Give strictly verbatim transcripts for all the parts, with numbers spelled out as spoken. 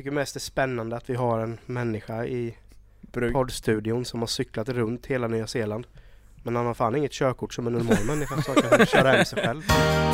tycker mest det är spännande att vi har en människa i Brug. poddstudion som har cyklat runt hela Nya Zeeland. Men han har fan inget körkort som en normal människa så han kan köra hem sig själv.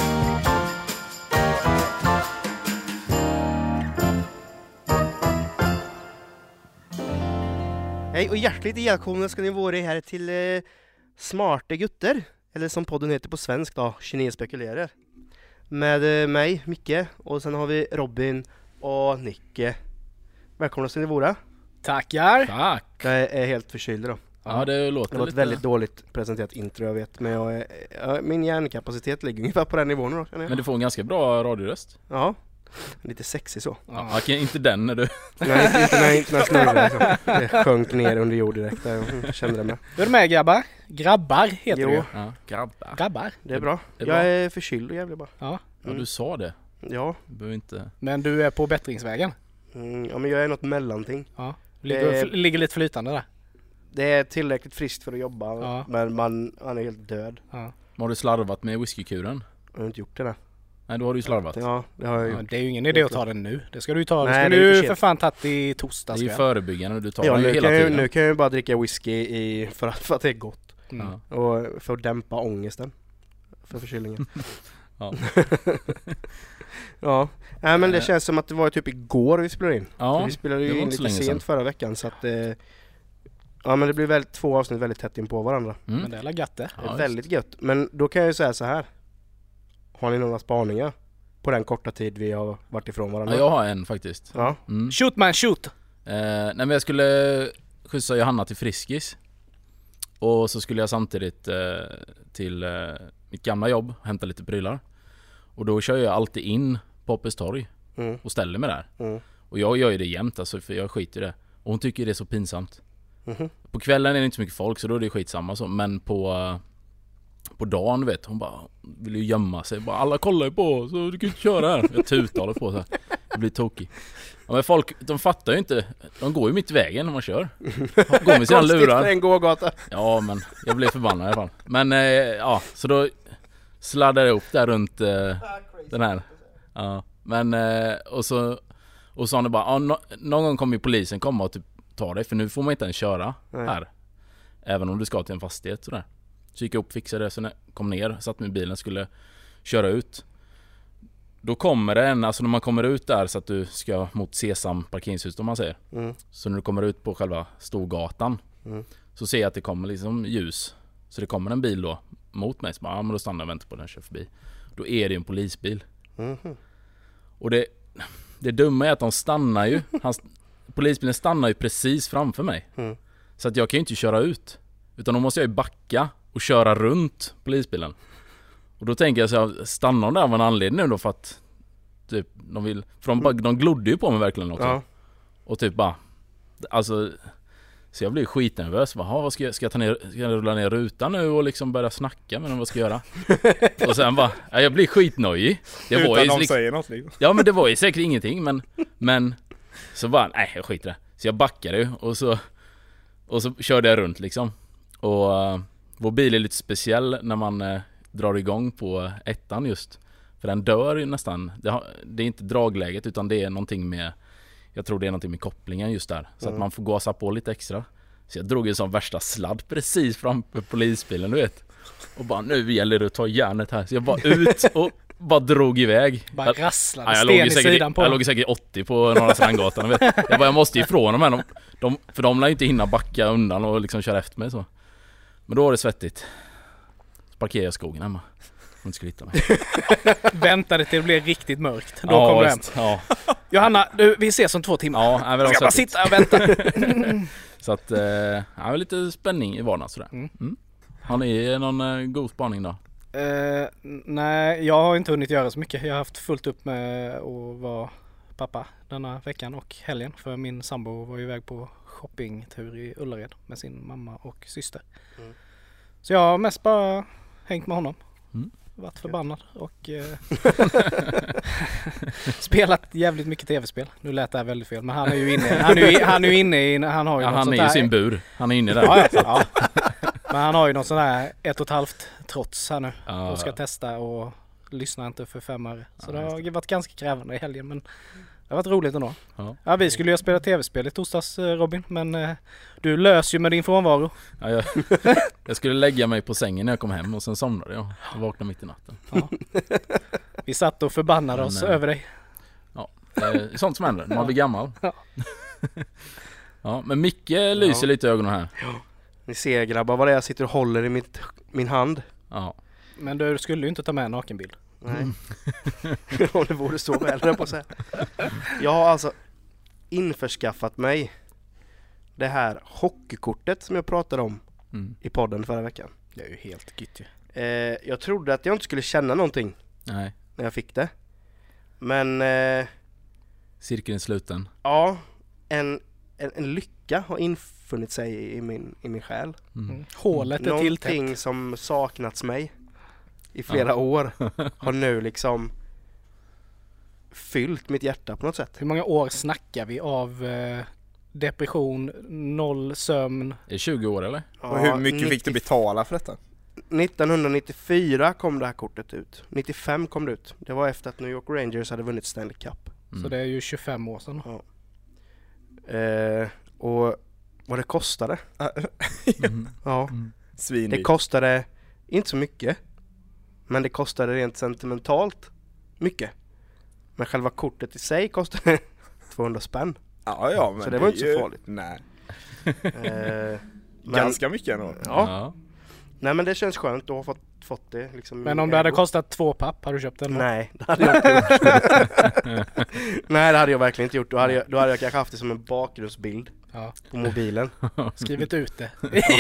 Hej och hjärtligt välkomna ska ni vara här till eh, Smarta Gutter. Eller som podden heter på svensk då, Kines spekulerar. Med eh, mig, Micke, och sen har vi Robin och Nicke. Välkomna ska ni vara. Tackar. Tack. Jag är, är helt förkyld då. Ja, det låter Det var ett lite... väldigt dåligt presenterat intro, jag vet. Men jag, är- jag, min hjärnkapacitet ligger ungefär på den nivån då, känner jag. Men du får en ganska bra radioröst. Ja, lite sexig så. Ja, okej, inte den när du... Nej, inte, inte när inte när jag snurrade liksom. Det sjönk ner under jord direkt där, jag kände det med. Hur är det med grabbar? Grabbar heter Jo. det ju. Ja, grabbar. Grabbar. Det är bra. Det är Jag bra. är förkyld och jävligt bra. Ja. Ja, du sa det. Ja. Du behöver inte... Men du är på bättringsvägen. Mm, ja, men jag är något mellanting. Ja. Ligger, Det- fl- ligger lite flytande där. Det är tillräckligt friskt för att jobba, Ja. men man, han är helt död. Ja. Har du slarvat med whiskykuren? Jag har inte gjort det där. Nej, då har du ju slarvat. Ja, det har jag Ja, gjort. det är ju ingen idé att ta den nu. Det ska du ju ta. Det Nej, skulle det är du för för sent. fan tagit i Det torsdags. är ju väl? förebyggande, du tar Ja, den ju nu hela kan, jag, tiden. nu kan jag ju bara dricka whisky i, för, att, för att det är gott. Mm. Ja. Och för att dämpa ångesten. För förkylningen. Ja. Ja, nej, men det Eh. känns som att det var typ igår vi spelade in. Ja, För vi spelade det ju var in inte så lite länge sent sedan. förra veckan så att eh, ja, men det blir väldigt, två avsnitt väldigt tätt in på varandra. Mm. Men det är la gött det. Det Ja, är just. väldigt gött. Men då kan jag ju säga så här. Har ni några spaningar på den korta tid vi har varit ifrån varandra? Ja, jag har en faktiskt. Ja. Mm. Shoot man shoot! Eh, nej, men jag skulle skjutsa Johanna till Friskis. Och så skulle jag samtidigt eh, till eh, mitt gamla jobb hämta lite prylar. Och då kör jag alltid in på Hoppes torg Mm. och ställer mig där. Mm. Och jag gör ju det jämt alltså, för jag skiter i det. Och hon tycker det är så pinsamt. Mhm. På kvällen är det inte så mycket folk så då är det skitsamma så. Men på, eh, på dagen vet hon bara vill ju gömma sig. Bara, alla kollar ju på så du kan inte köra här. Jag tutar på så här. Jag blir tokig. Ja, men folk, de fattar ju inte. De går ju mitt i vägen när man kör. De går med sina Konstigt lurar. för en gågata. Ja, men jag blev förbannad i alla fall. Men eh, ja, så då sladdade jag upp där runt eh, den här. Ja, men eh, och så och så sa ni bara, ja, no, någon gång kommer ju polisen komma och typ ta dig för nu får man inte ens köra Nej. här. Även om du ska till en fastighet sådär. Så gick jag upp, fixade det, så när jag kom ner, satt med bilen, skulle köra ut. Då kommer det en, alltså när man kommer ut där så att du ska mot Sesam parkeringshus om man säger. Mm. Så när du kommer ut på själva Storgatan Mm. så ser jag att det kommer liksom ljus. Så det kommer en bil då mot mig. Så bara, ja, men då stannar jag och väntar på den och kör förbi. Då är det en polisbil. Mhm. Och det, det dumma är att de stannar ju. Hans, polisbilen stannar ju precis framför mig. Mm. Så att jag kan ju inte köra ut. Utan då måste jag ju backa och köra runt polisbilen. Och då tänker jag så här, stannar de där av en anledning nu då för att typ, de vill, för de, bara, de glodde ju på mig verkligen också. Ja. Och typ bara, alltså, så jag blir skitnervös. Bara, vad ska jag, ska jag ta ner, ska jag rulla ner rutan nu och liksom börja snacka med dem, vad ska jag göra? Och sen bara, ja, jag blir skitnöjig. Det var Utan ju någon liksom, säger något liksom. ja men det var ju säkert ingenting, men, men så bara, nej jag skiter i det. Så jag backade ju och så, och så körde jag runt liksom. Och uh, vår bil är lite speciell när man uh, drar igång på ettan just. För den dör ju nästan, det, har, det är inte dragläget utan det är någonting med, jag tror det är någonting med kopplingen just där. Så Mm. att man får gasa på lite extra. Så jag drog en sån värsta sladd precis framför polisbilen, du vet. Och bara, nu gäller det att ta järnet här. Så jag bara ut och bara drog iväg. Bara Jag- rasslade Ja, jag, sten låg i ju säkert, sidan på jag dem. låg ju säkert åttio på Norra Strandgatan, vet. Jag bara, jag måste ifrån dem här. De, de, för de lär ju inte hinna backa undan och liksom köra efter mig så. Men då var det svettigt. Så parkerade jag i skogen hemma. Hon skulle hitta mig. Väntade till det blev riktigt mörkt. Då Ja, kom du hem. visst. Ja, Johanna, du, vi ses om två timmar. ja, nej, men det var Ska bara svettigt. sitta och vänta. Så att, eh, ja, det var lite spänning i vardagen sådär. Mm. Mm. Har ni någon eh, god spaning då? Eh, nej, jag har inte hunnit göra så mycket. Jag har haft fullt upp med att vara pappa denna veckan och helgen. För min sambo var ju iväg på shoppingtur i Ullared med sin mamma och syster. Mm. Så jag har mest bara hängt med honom. Mm. Varit förbannad och eh, spelat jävligt mycket tv-spel. Nu lät det här väldigt fel, men han är ju inne. Han är ju, han är ju inne i, han har ju Ja, något han sånt är i här- sin bur. Han är inne där. Ja, ja, ja. Men han har ju någon sån här ett och ett halvt trots här nu. Ja, Och ska ja. testa och lyssna inte för fem öre. Så Ja, det just har varit ganska krävande i helgen. Men Det har varit roligt ändå. Ja. Ja, vi skulle ju spela tv-spel i torsdags, Robin, men eh, du löser ju med din frånvaro. Ja, jag, jag skulle lägga mig på sängen när jag kom hem och sen somnade jag och vaknade mitt i natten. Ja. Vi satt och förbannade Men, oss eh, över dig. Ja, det är sånt som händer när man blir gammal. Ja. Ja, men Micke lyser Ja. lite i ögonen här. Ni ser grabbar vad det är jag sitter och håller i mitt, min hand. Ja. Men du skulle ju inte ta med en nakenbild. Nej. Om det vore så väl, höll jag på att säga. Jag har alltså införskaffat mig det här hockeykortet som jag pratade om Mm. i podden förra veckan. Det är ju helt gött ju. Eh, jag trodde att jag inte skulle känna någonting Nej, när jag fick det. Men eh, cirkeln sluten. ja, en, en, en lycka har infunnit sig i min, i min själ. Mm. Mm. Hålet är tilltätt. Någonting som saknats mig i flera år har nu liksom fyllt mitt hjärta på något sätt. Hur många år snackar vi av eh, depression, noll sömn? Är det tjugo år eller? Och hur mycket fick du betala för detta? nittonhundranittiofyra kom det här kortet ut. nittiofem kom det ut. Det var efter att New York Rangers hade vunnit Stanley Cup. Mm. Så det är ju tjugofem år sedan. Eh, och vad det kostade. Mm. Ja, Mm. det Svindyrt. kostade inte så mycket. Men det kostade rent sentimentalt mycket. Men själva kortet i sig kostade tvåhundra spänn. Ja, ja, men Så det var är inte så ju- farligt. Nej, Eh, men, ganska mycket ändå. ja, Ja. nej men det känns skönt att ha fått, fått det liksom. Men i om det hade ägo. kostat två papp, hade du köpt den? då? Nej, det hade jag inte gjort. Nej, det hade jag verkligen inte gjort. Då hade jag, då hade jag kanske haft det som en bakgrundsbild Ja. på mobilen. Skrivit ut det.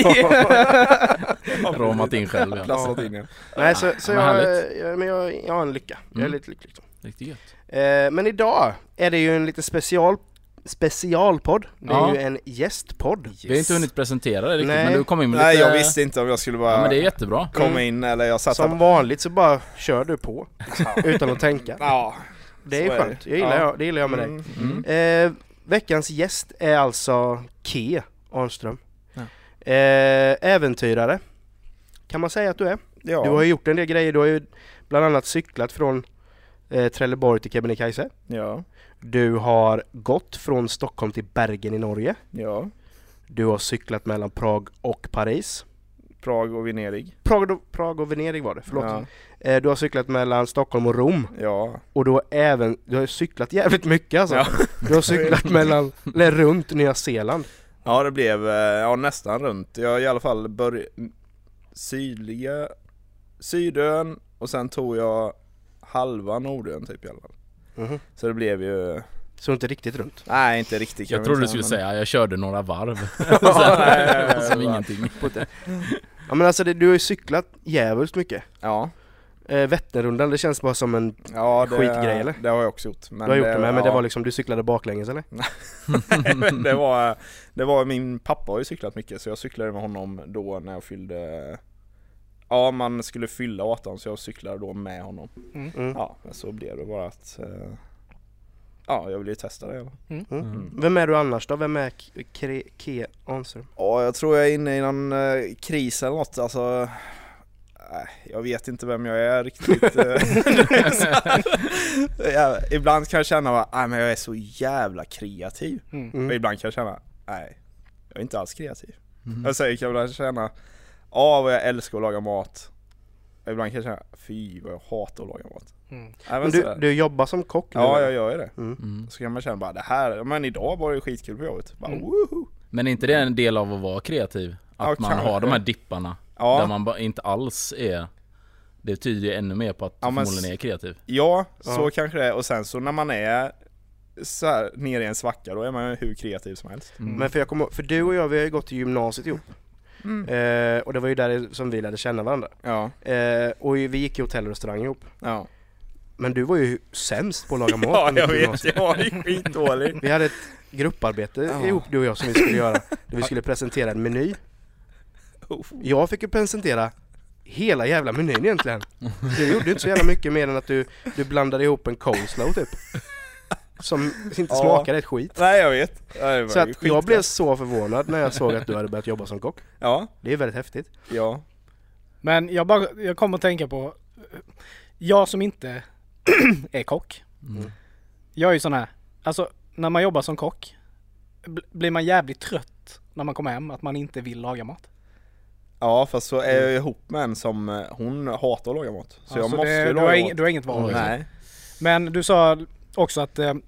Ramat in själv, ja. Klassat in, ja. Nej, så, så men jag, härligt. jag, men jag, jag har en lycka. Jag är Mm. lite lycklig. Liksom. Riktigt gött. Eh, men idag är det ju en liten special, specialpodd. Det är Ja. ju en gästpodd. Vi har inte hunnit presentera det riktigt, Nej. men du kom in med Nej, lite... jag visste inte om jag skulle bara Ja, men det är jättebra. komma in eller jag satt Som här. vanligt så bara kör du på utan att tänka. Ja, Det är ju så är skönt. det. Jag gillar, Ja. jag, det gillar jag med dig. Mm. Mm. Eh, veckans gäst är alltså Ke Arnström. Ja. Eh, äventyrare kan man säga att du är. Ja. Du har ju gjort en del grejer. Du har ju bland annat cyklat från eh, Trelleborg till Kebnekaise. Ja, Du har gått från Stockholm till Bergen i Norge. ja. Du har cyklat mellan Prag och Paris. Prag och Venedig. Prag och, Prag och Venedig var det, förlåt. Ja, Eh, du har cyklat mellan Stockholm och Rom. ja. Och du har även, du har cyklat jävligt mycket alltså. Ja. Du har cyklat mellan, eller runt Nya Zeeland. Ja, det blev eh, ja, nästan runt. Jag i alla fall började sydliga Sydön och sen tog jag halva Nordön typ i alla fall. Mhm. Så det blev ju Så inte riktigt runt. nej, inte riktigt. kan Jag vi trodde du säga, skulle men- säga, jag körde några varv. nej, nej, Som nej. ingenting. Ja men alltså det, du har ju cyklat jävligt mycket. Ja. Eh, Vätternrundan, det känns bara som en... Ja, det, Skitgrej, eller? Det har jag också gjort. Men du har gjort det med, men det ja. var liksom, du cyklade baklänges eller? Men det var, det var min pappa har ju cyklat mycket, så jag cyklade med honom då när jag fyllde, ja man skulle fylla arton, så jag cyklade då med honom. Mm. Mm. Ja, men så blev det bara att eh, ja, jag ville ju testa det. Eller? Mm. Mm. Mm. Vem är du annars då? Vem är K- K- Ke Arnström? Ja, jag tror jag är inne i någon eh, kris eller något, alltså nej, jag vet inte vem jag är riktigt. ja, ibland kan jag känna att men jag är så jävla kreativ. Mm. Mm. Och ibland kan jag känna, nej, jag är inte alls kreativ. Mm. Jag säger, kan jag ibland känna, ja vad jag älskar att laga mat. Och ibland kan jag känna, fy vad jag hatar att laga mat. Mm. Nej, Men men du, sådär. du jobbar som kock nu? Ja, eller? jag gör ju det. Mm. Mm. Så kan man känna bara, det här, men idag var det skitkul på jobbet. Bara, Mm. woho! Men är inte det en del av att vara kreativ? Att Ja, man kanske. har de här dipparna Ja. där man bara inte alls är... Det tyder ju ännu mer på att Ja, du men förmodligen är kreativ. Ja, så Ja. kanske det är. Och sen så när man är så här nere i en svacka, då är man ju hur kreativ som helst. Mm. Men för jag kommer, för du och jag, vi har ju gått i gymnasiet ihop. Mm. Eh, och det var ju där som vi lärde känna varandra. Ja, Eh, och vi gick i hotell och restaurang ihop. ja. Men du var ju sämst på att laga mat. Ja, under jag vet, gymnasiet. jag var ju skitdålig. Vi hade ett grupparbete Ja. ihop, du och jag, som vi skulle göra. Där vi skulle presentera en meny. Jag fick ju presentera hela jävla menyn egentligen. Du gjorde inte så jävla mycket mer än att du, du blandade ihop en coleslaw typ. Som inte Ja. smakade ett skit. Nej, jag vet. Ja, det var Så ju att jag skitgott. blev så förvånad när jag såg att du hade börjat jobba som kock. Ja, Det är väldigt häftigt. ja. Men jag, bara, jag kommer att tänka på, jag som inte är kock, Mm. jag är ju sån här alltså när man jobbar som kock, bl- blir man jävligt trött när man kommer hem att man inte vill laga mat? Ja, fast så är jag ihop med en som eh, hon hatar att laga mat. Så Ja, jag så måste det, ju du, laga har mat. ing, du har inget val. Nej. Men du sa också att eh,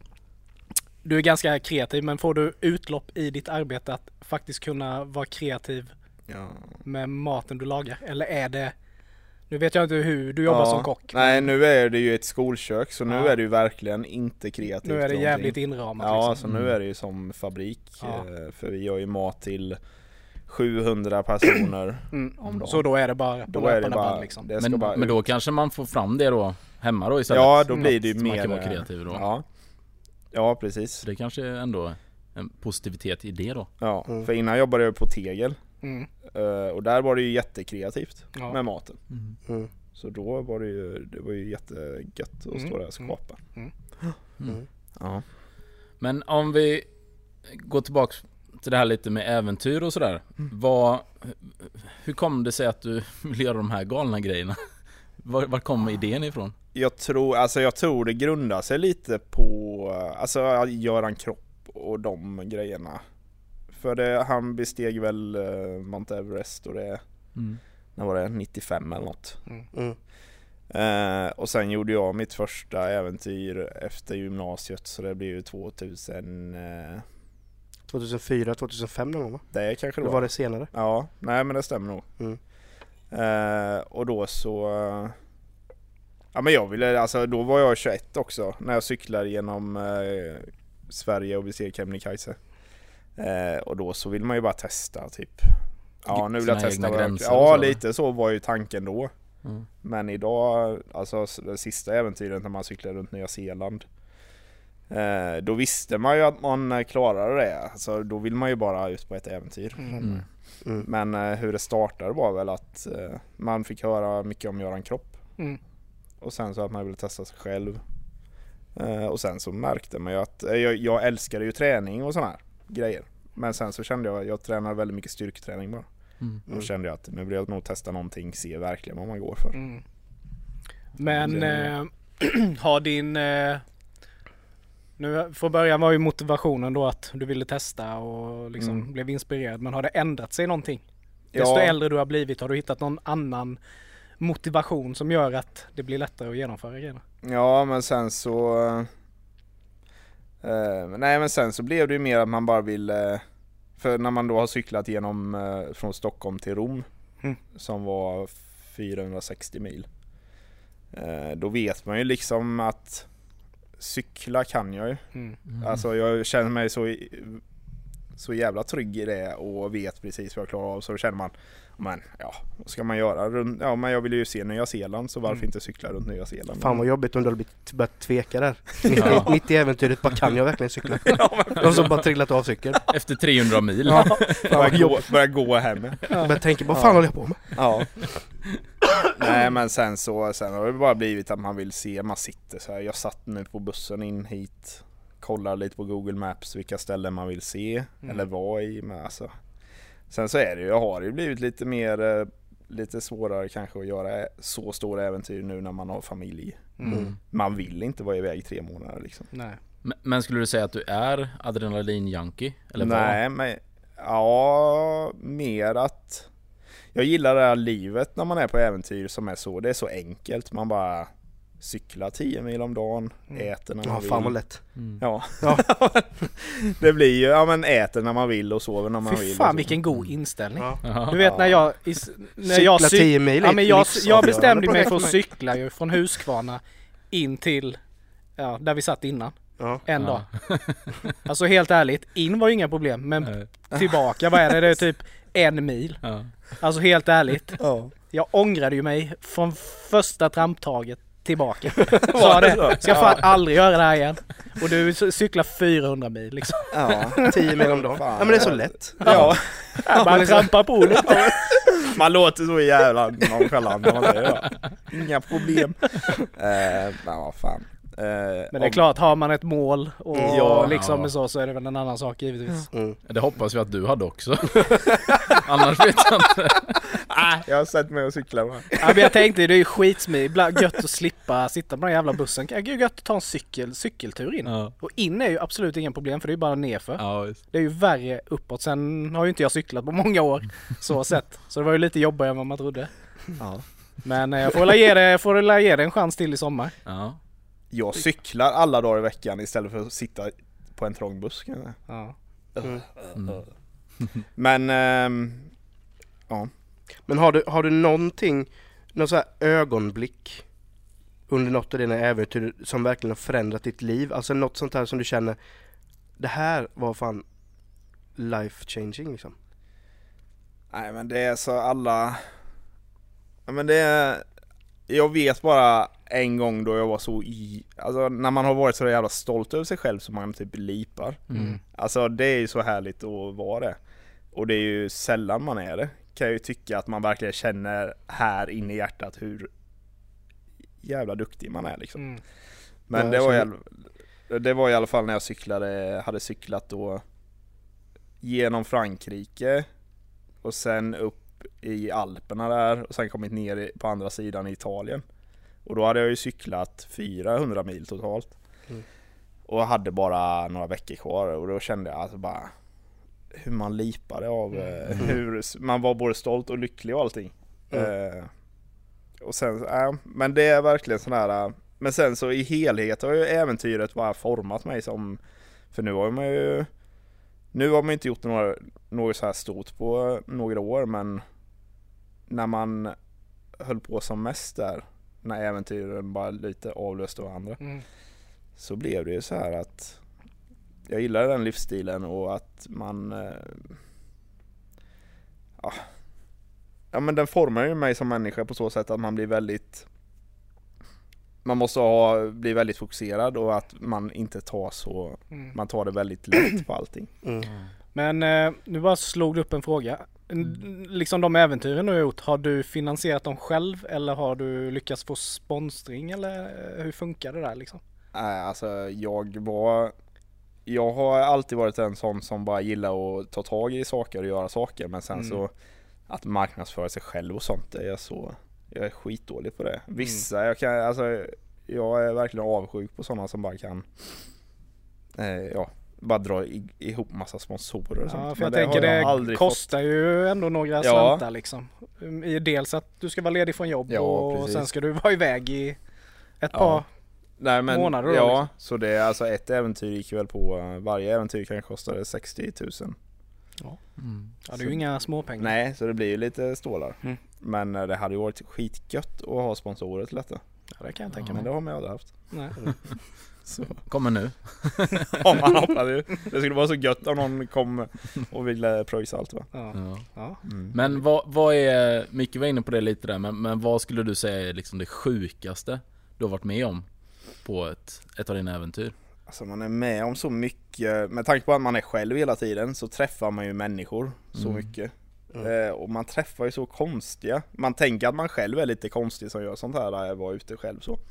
du är ganska kreativ, men får du utlopp i ditt arbete att faktiskt kunna vara kreativ Ja. med maten du lagar? Eller är det, nu vet jag inte hur du jobbar Ja. som kock. Nej, nu är det ju ett skolkök, så nu Ja. är det ju verkligen inte kreativt. Nu är det någonting. jävligt inramat. Ja, liksom. alltså nu Mm. är det ju som fabrik. Ja. eh, För vi gör ju mat till sjuhundra personer Mm. om dagen. Så då är det bara på Då är det löpande bara, band liksom. det ska Men, bara men då kanske man får fram det då hemma då istället. Ja, då Mm. blir det ju Så man mer kan vara kreativ då. Ja, ja precis. Så det kanske är ändå en positivitet i det då. Ja, Mm. för innan jobbade jag på Tegel Mm. eh, och där var det ju jättekreativt Ja. med maten. Mm. Så då var det ju, det var ju jättegött att Mm. stå där och skapa. Mm. Ja. Men om vi går tillbaka till det här lite med äventyr och sådär. Vad, hur kom det sig att du vill göra de här galna grejerna? Var, var kommer idén ifrån? Jag tror, alltså jag tror det grundar sig lite på, alltså att göra en kropp och de grejerna. För det, han besteg väl uh, Mount Everest och det, Mm. när var det, nittiofem eller något. Mm. Eh, och sen gjorde jag mitt första äventyr efter gymnasiet, så det blev ju tvåtusen, eh, tjugohundrafyra, tjugohundrafem någon gång, va? det kanske det Eller var. var det senare? Ja, nej men det stämmer nog. Mm. Eh, och då så, eh, ja men jag ville, alltså då var jag tjugoett också när jag cyklade genom eh, Sverige och besegrade Kebnekaise. Eh, och då så vill man ju bara testa typ. Ja, nu vill jag Sina testa. egna vad jag- gränser och Ja, så. lite så var ju tanken då. Mm. Men idag, alltså det sista äventyret när man cyklade runt Nya Zeeland, eh, då visste man ju att man klarade det. Alltså då vill man ju bara ut på ett äventyr. Mm. Mm. Men eh, hur det startade var väl att eh, man fick höra mycket om Göran Kropp. Mm. Och sen så att man ville testa sig själv. Eh, och sen så märkte man ju att eh, jag, jag älskade ju träning och såna här grejer. Men sen så kände jag, jag tränade väldigt mycket styrketräning bara. Mm. Då kände jag att nu vill jag nog testa någonting, se verkligen vad man går för. Mm. Men Det- eh, har din eh, nu från början var ju motivationen då att du ville testa och liksom Mm. blev inspirerad, men har det ändrat sig någonting? Desto Ja. äldre du har blivit, har du hittat någon annan motivation som gör att det blir lättare att genomföra grejerna? Ja, men sen så eh, nej men sen så blev det ju mer att man bara ville, för när man då har cyklat genom eh, från Stockholm till Rom, Mm. som var fyrahundrasextio mil, eh, då vet man ju liksom att cykla kan jag ju. Mm. Mm. Alltså jag känner mig så så jävla trygg i det och vet precis vad jag klarar av, så då känner man, men ja, vad ska man göra? Runt, ja, men jag vill ju se Nya Zeeland, så varför Mm. inte cykla runt Nya Zeeland? Fan vad jobbigt om du hade blivit- börjat tveka där. Mitt, Ja. i, mitt i äventyret, bara kan jag verkligen cykla? De som bara trillat av cykeln. Efter trehundra mil. Ja. Börja gå, börja gå hem. Men tänker, vad fan håller jag på med? Ja. Nej, men sen så sen har det bara blivit att man vill se, man sitter så här. Jag satt nu på bussen in hit, kollar lite på Google Maps vilka ställen man vill se Mm. eller vara i, men alltså. Sen så är det ju, jag har ju blivit lite mer eh, lite svårare kanske att göra så stora äventyr nu när man har familj. Mm. Mm. Man vill inte vara iväg tre månader liksom. Nej. Men- Men skulle du säga att du är adrenalin-junkie? Eller vad? Nej, men ja, mer att jag gillar det här livet när man är på äventyr som är så, det är så enkelt, man bara cyklar tio mil om dagen, Mm. äter när man Ja, vill. fan vad lätt. Mm. Ja. Ja. Det blir ju, ja men äter när man vill och sover när man Fy vill. fan och så. vilken god inställning. Ja. Ja. Du vet när jag i, när jag Cykla cy- tio mil är ja, men ett jag, livsavgörande jag bestämde mig projekt för att mig. cykla ju från Huskvarna in till ja, där vi satt innan. Ja. En Ja. dag. Alltså helt ärligt, in var ju inga problem, men Nej. tillbaka, vad är det? Det är typ en mil. Ja. Alltså helt ärligt. Ja. Jag ångrade ju mig från första tramptaget tillbaka. Sa det, ska fan aldrig göra det här igen. Och du c- cyklar fyrahundra mil liksom. Ja. tio mil om dagen. Fan. Ja men det är så lätt. Ja. Man trampar på lite. Man låter så jävla nonchalant när man säger det. Inga problem. Eh, men vad fan. Eh, Men det är klart, har man ett mål och Ja, liksom ja. så, så är det väl en annan sak givetvis. Mm. Det hoppas vi att du hade också. Annars vet jag inte. Jag har sett mig och cykla med. Ja, men jag tänkte det är ju skitsmidigt, ibland gött att slippa sitta på den jävla bussen. Det är gött att ta en cykel, cykeltur in. Ja, Och in är ju absolut ingen problem för det är ju bara nerför. ja visst. Det är ju värre uppåt. Sen har ju inte jag cyklat på många år så sett. Så det var ju lite jobbigare än vad man trodde. Ja. Men eh, jag får väl ge det, får väl ge det en chans till i sommar. Ja. Jag cyklar alla dagar i veckan istället för att sitta på en trång buss. kan jag säga. Ja. Mm. Mm. Men ehm, ja. Men har du, har du någonting, någon så här ögonblick under något av dina äventyr som verkligen har förändrat ditt liv? Alltså något sånt här som du känner, det här var fan life changing liksom. Nej men det är så alla... Ja, men det är... Jag vet bara en gång då jag var så i... Alltså när man har varit så jävla stolt över sig själv så man typ lipar. Mm. Alltså det är ju så härligt att vara det. Och det är ju sällan man är det. Kan jag ju tycka att man verkligen känner här inne i hjärtat hur jävla duktig man är liksom. Mm. Men Ja, det var, i så- all, det var i alla fall när jag cyklade, hade cyklat då genom Frankrike och sen upp i Alperna där och sen kommit ner i- på andra sidan i Italien. Och då hade jag ju cyklat fyrahundra mil totalt. Mm. Och hade bara några veckor kvar och då kände jag alltså bara hur man lipade av eh, hur man var både stolt och lycklig och allting. Mm. Eh, och sen, äh, men det är verkligen sån här äh, men sen så i helhet har ju äventyret bara format mig som, för nu har man ju nu har man inte gjort några, något så här stort på några år, men när man höll på som mest där, när äventyren bara lite avlöste varandra, Mm. så blev det ju så här att jag gillar den livsstilen och att man eh, ja, ja men den formar ju mig som människa på så sätt att man blir väldigt man måste ha, bli väldigt fokuserad och att man inte tar så Mm. man tar det väldigt lätt på allting. Mm. Men eh, nu bara slog du upp en fråga. N- Liksom de äventyren du har gjort, har du finansierat dem själv eller har du lyckats få sponsring eller eh, hur funkar det där liksom? Nej, alltså jag var jag har alltid varit en sån som bara gillar att ta tag i saker och göra saker, men sen Mm. så att marknadsföra sig själv och sånt, det är jag så jag är skitdålig på det. Vissa, jag kan alltså jag är verkligen avsjuk på sådana som bara kan eh, ja, bara dra i, ihop massa sponsorer och sånt. Ja, för Men jag det tänker har jag det aldrig kostar ju ändå några Ja. slantar liksom. I dels att du ska vara ledig från jobb Ja, och precis. sen ska du vara iväg i ett Ja. par. Nej, men, månader då, ja, liksom. så det är alltså ett äventyr gick väl på, varje äventyr kan kosta sextio tusen. Mm. Ja, det är ju inga småpengar. Nej, så det blir ju lite stålar. Mm. Men eh, det hade ju varit skitgött att ha sponsorer till detta. Ja, det kan jag tänka Men mig. det har man ju aldrig haft. Nej. Så. Kommer nu. Ja, man hoppas ju. Det skulle vara så gött om någon kom och ville pröjsa allt, va? Ja. Ja. Ja. Mm. Men vad, vad är, Micke var inne på det lite där, men, men vad skulle du säga är liksom det sjukaste du har varit med om på ett, ett av dina äventyr? Alltså man är med om så mycket, med tanke på att man är själv hela tiden så träffar man ju människor så Mm. mycket. Mm. Eh, och man träffar ju så konstiga. Man tänker att man själv är lite konstig som gör sånt här där jag var ute själv så.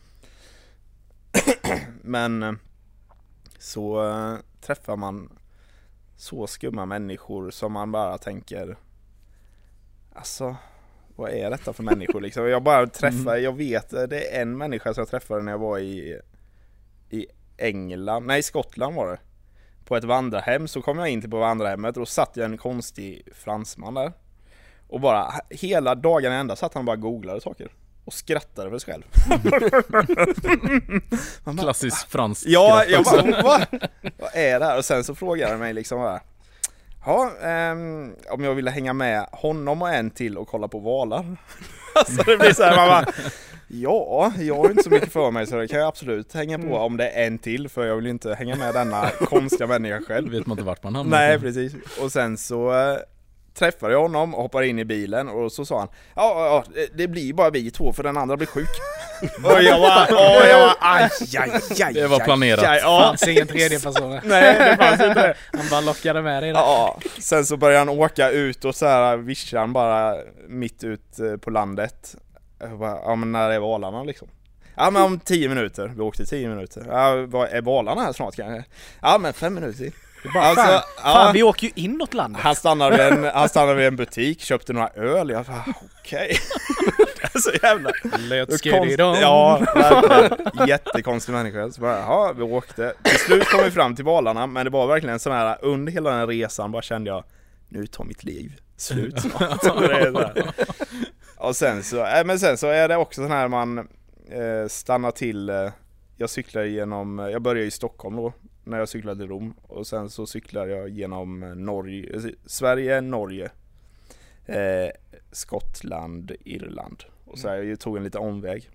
Men eh, så eh, träffar man så skumma människor som man bara tänker, alltså vad är detta för människor liksom? Jag bara träffar, jag vet, det är en människa som jag träffade när jag var i i England, nej Skottland var det. På ett vandrarhem så kom jag in till på vandrarhemmet och satt jag en konstig fransman där. Och bara hela dagen ända satt han bara och googlade saker. Och skrattade för sig själv. Man bara, Klassiskt franskt ja, skratt jag också. bara, vad? Vad är det här? Och sen så frågade han mig liksom bara, ja, ehm, om jag ville hänga med honom och en till och kolla på valar. Alltså det blir så här, man bara, ja, jag har inte så mycket för mig så det kan jag absolut hänga på om det är en till, för jag vill inte hänga med denna konstiga människa själv. Vet man inte vart man hamnar. Nej, precis. Och sen så äh, träffade jag honom och hoppade in i bilen och så sa han, ja, ja det, det blir bara vi två för den andra blir sjuk. Och jag var, åh, jag var, aj, aj, aj, Det var aj, planerat. aj, Det ja. fanns ingen tredje person. Nej, det fanns inte det. Han bara lockade med dig där. Ja, sen så började han åka ut och så här vischade han bara mitt ut eh, på landet. Jag bara, ja men när är valarna liksom? Ja, men om tio minuter. Vi åkte tio minuter. Ja, vad är balarna här snart kanske? Ja, men fem minuter. Bara, Alltså, fan, ja. fan, vi åker ju inåt landet. Han stannade vid en, han stannade vid en butik, köpte några öl. Jag bara, okej. Det är så jävla... Let's Konst- get it on. Ja, verkligen. Jättekonstig människa. Så bara, ja, vi åkte. Till slut kom vi fram till balarna, men det var verkligen en sån här, under hela den här resan bara kände jag, nu tar mitt liv slut snart. Det är så här. Och sen så, äh, men sen så är det också sån här man eh, stannar till. Eh, jag cyklar genom, jag började i Stockholm då, när jag cyklade till Rom. Och sen så cyklar jag genom Norge, Sverige, Norge, eh, Skottland, Irland. Och så här, jag tog en lite omväg.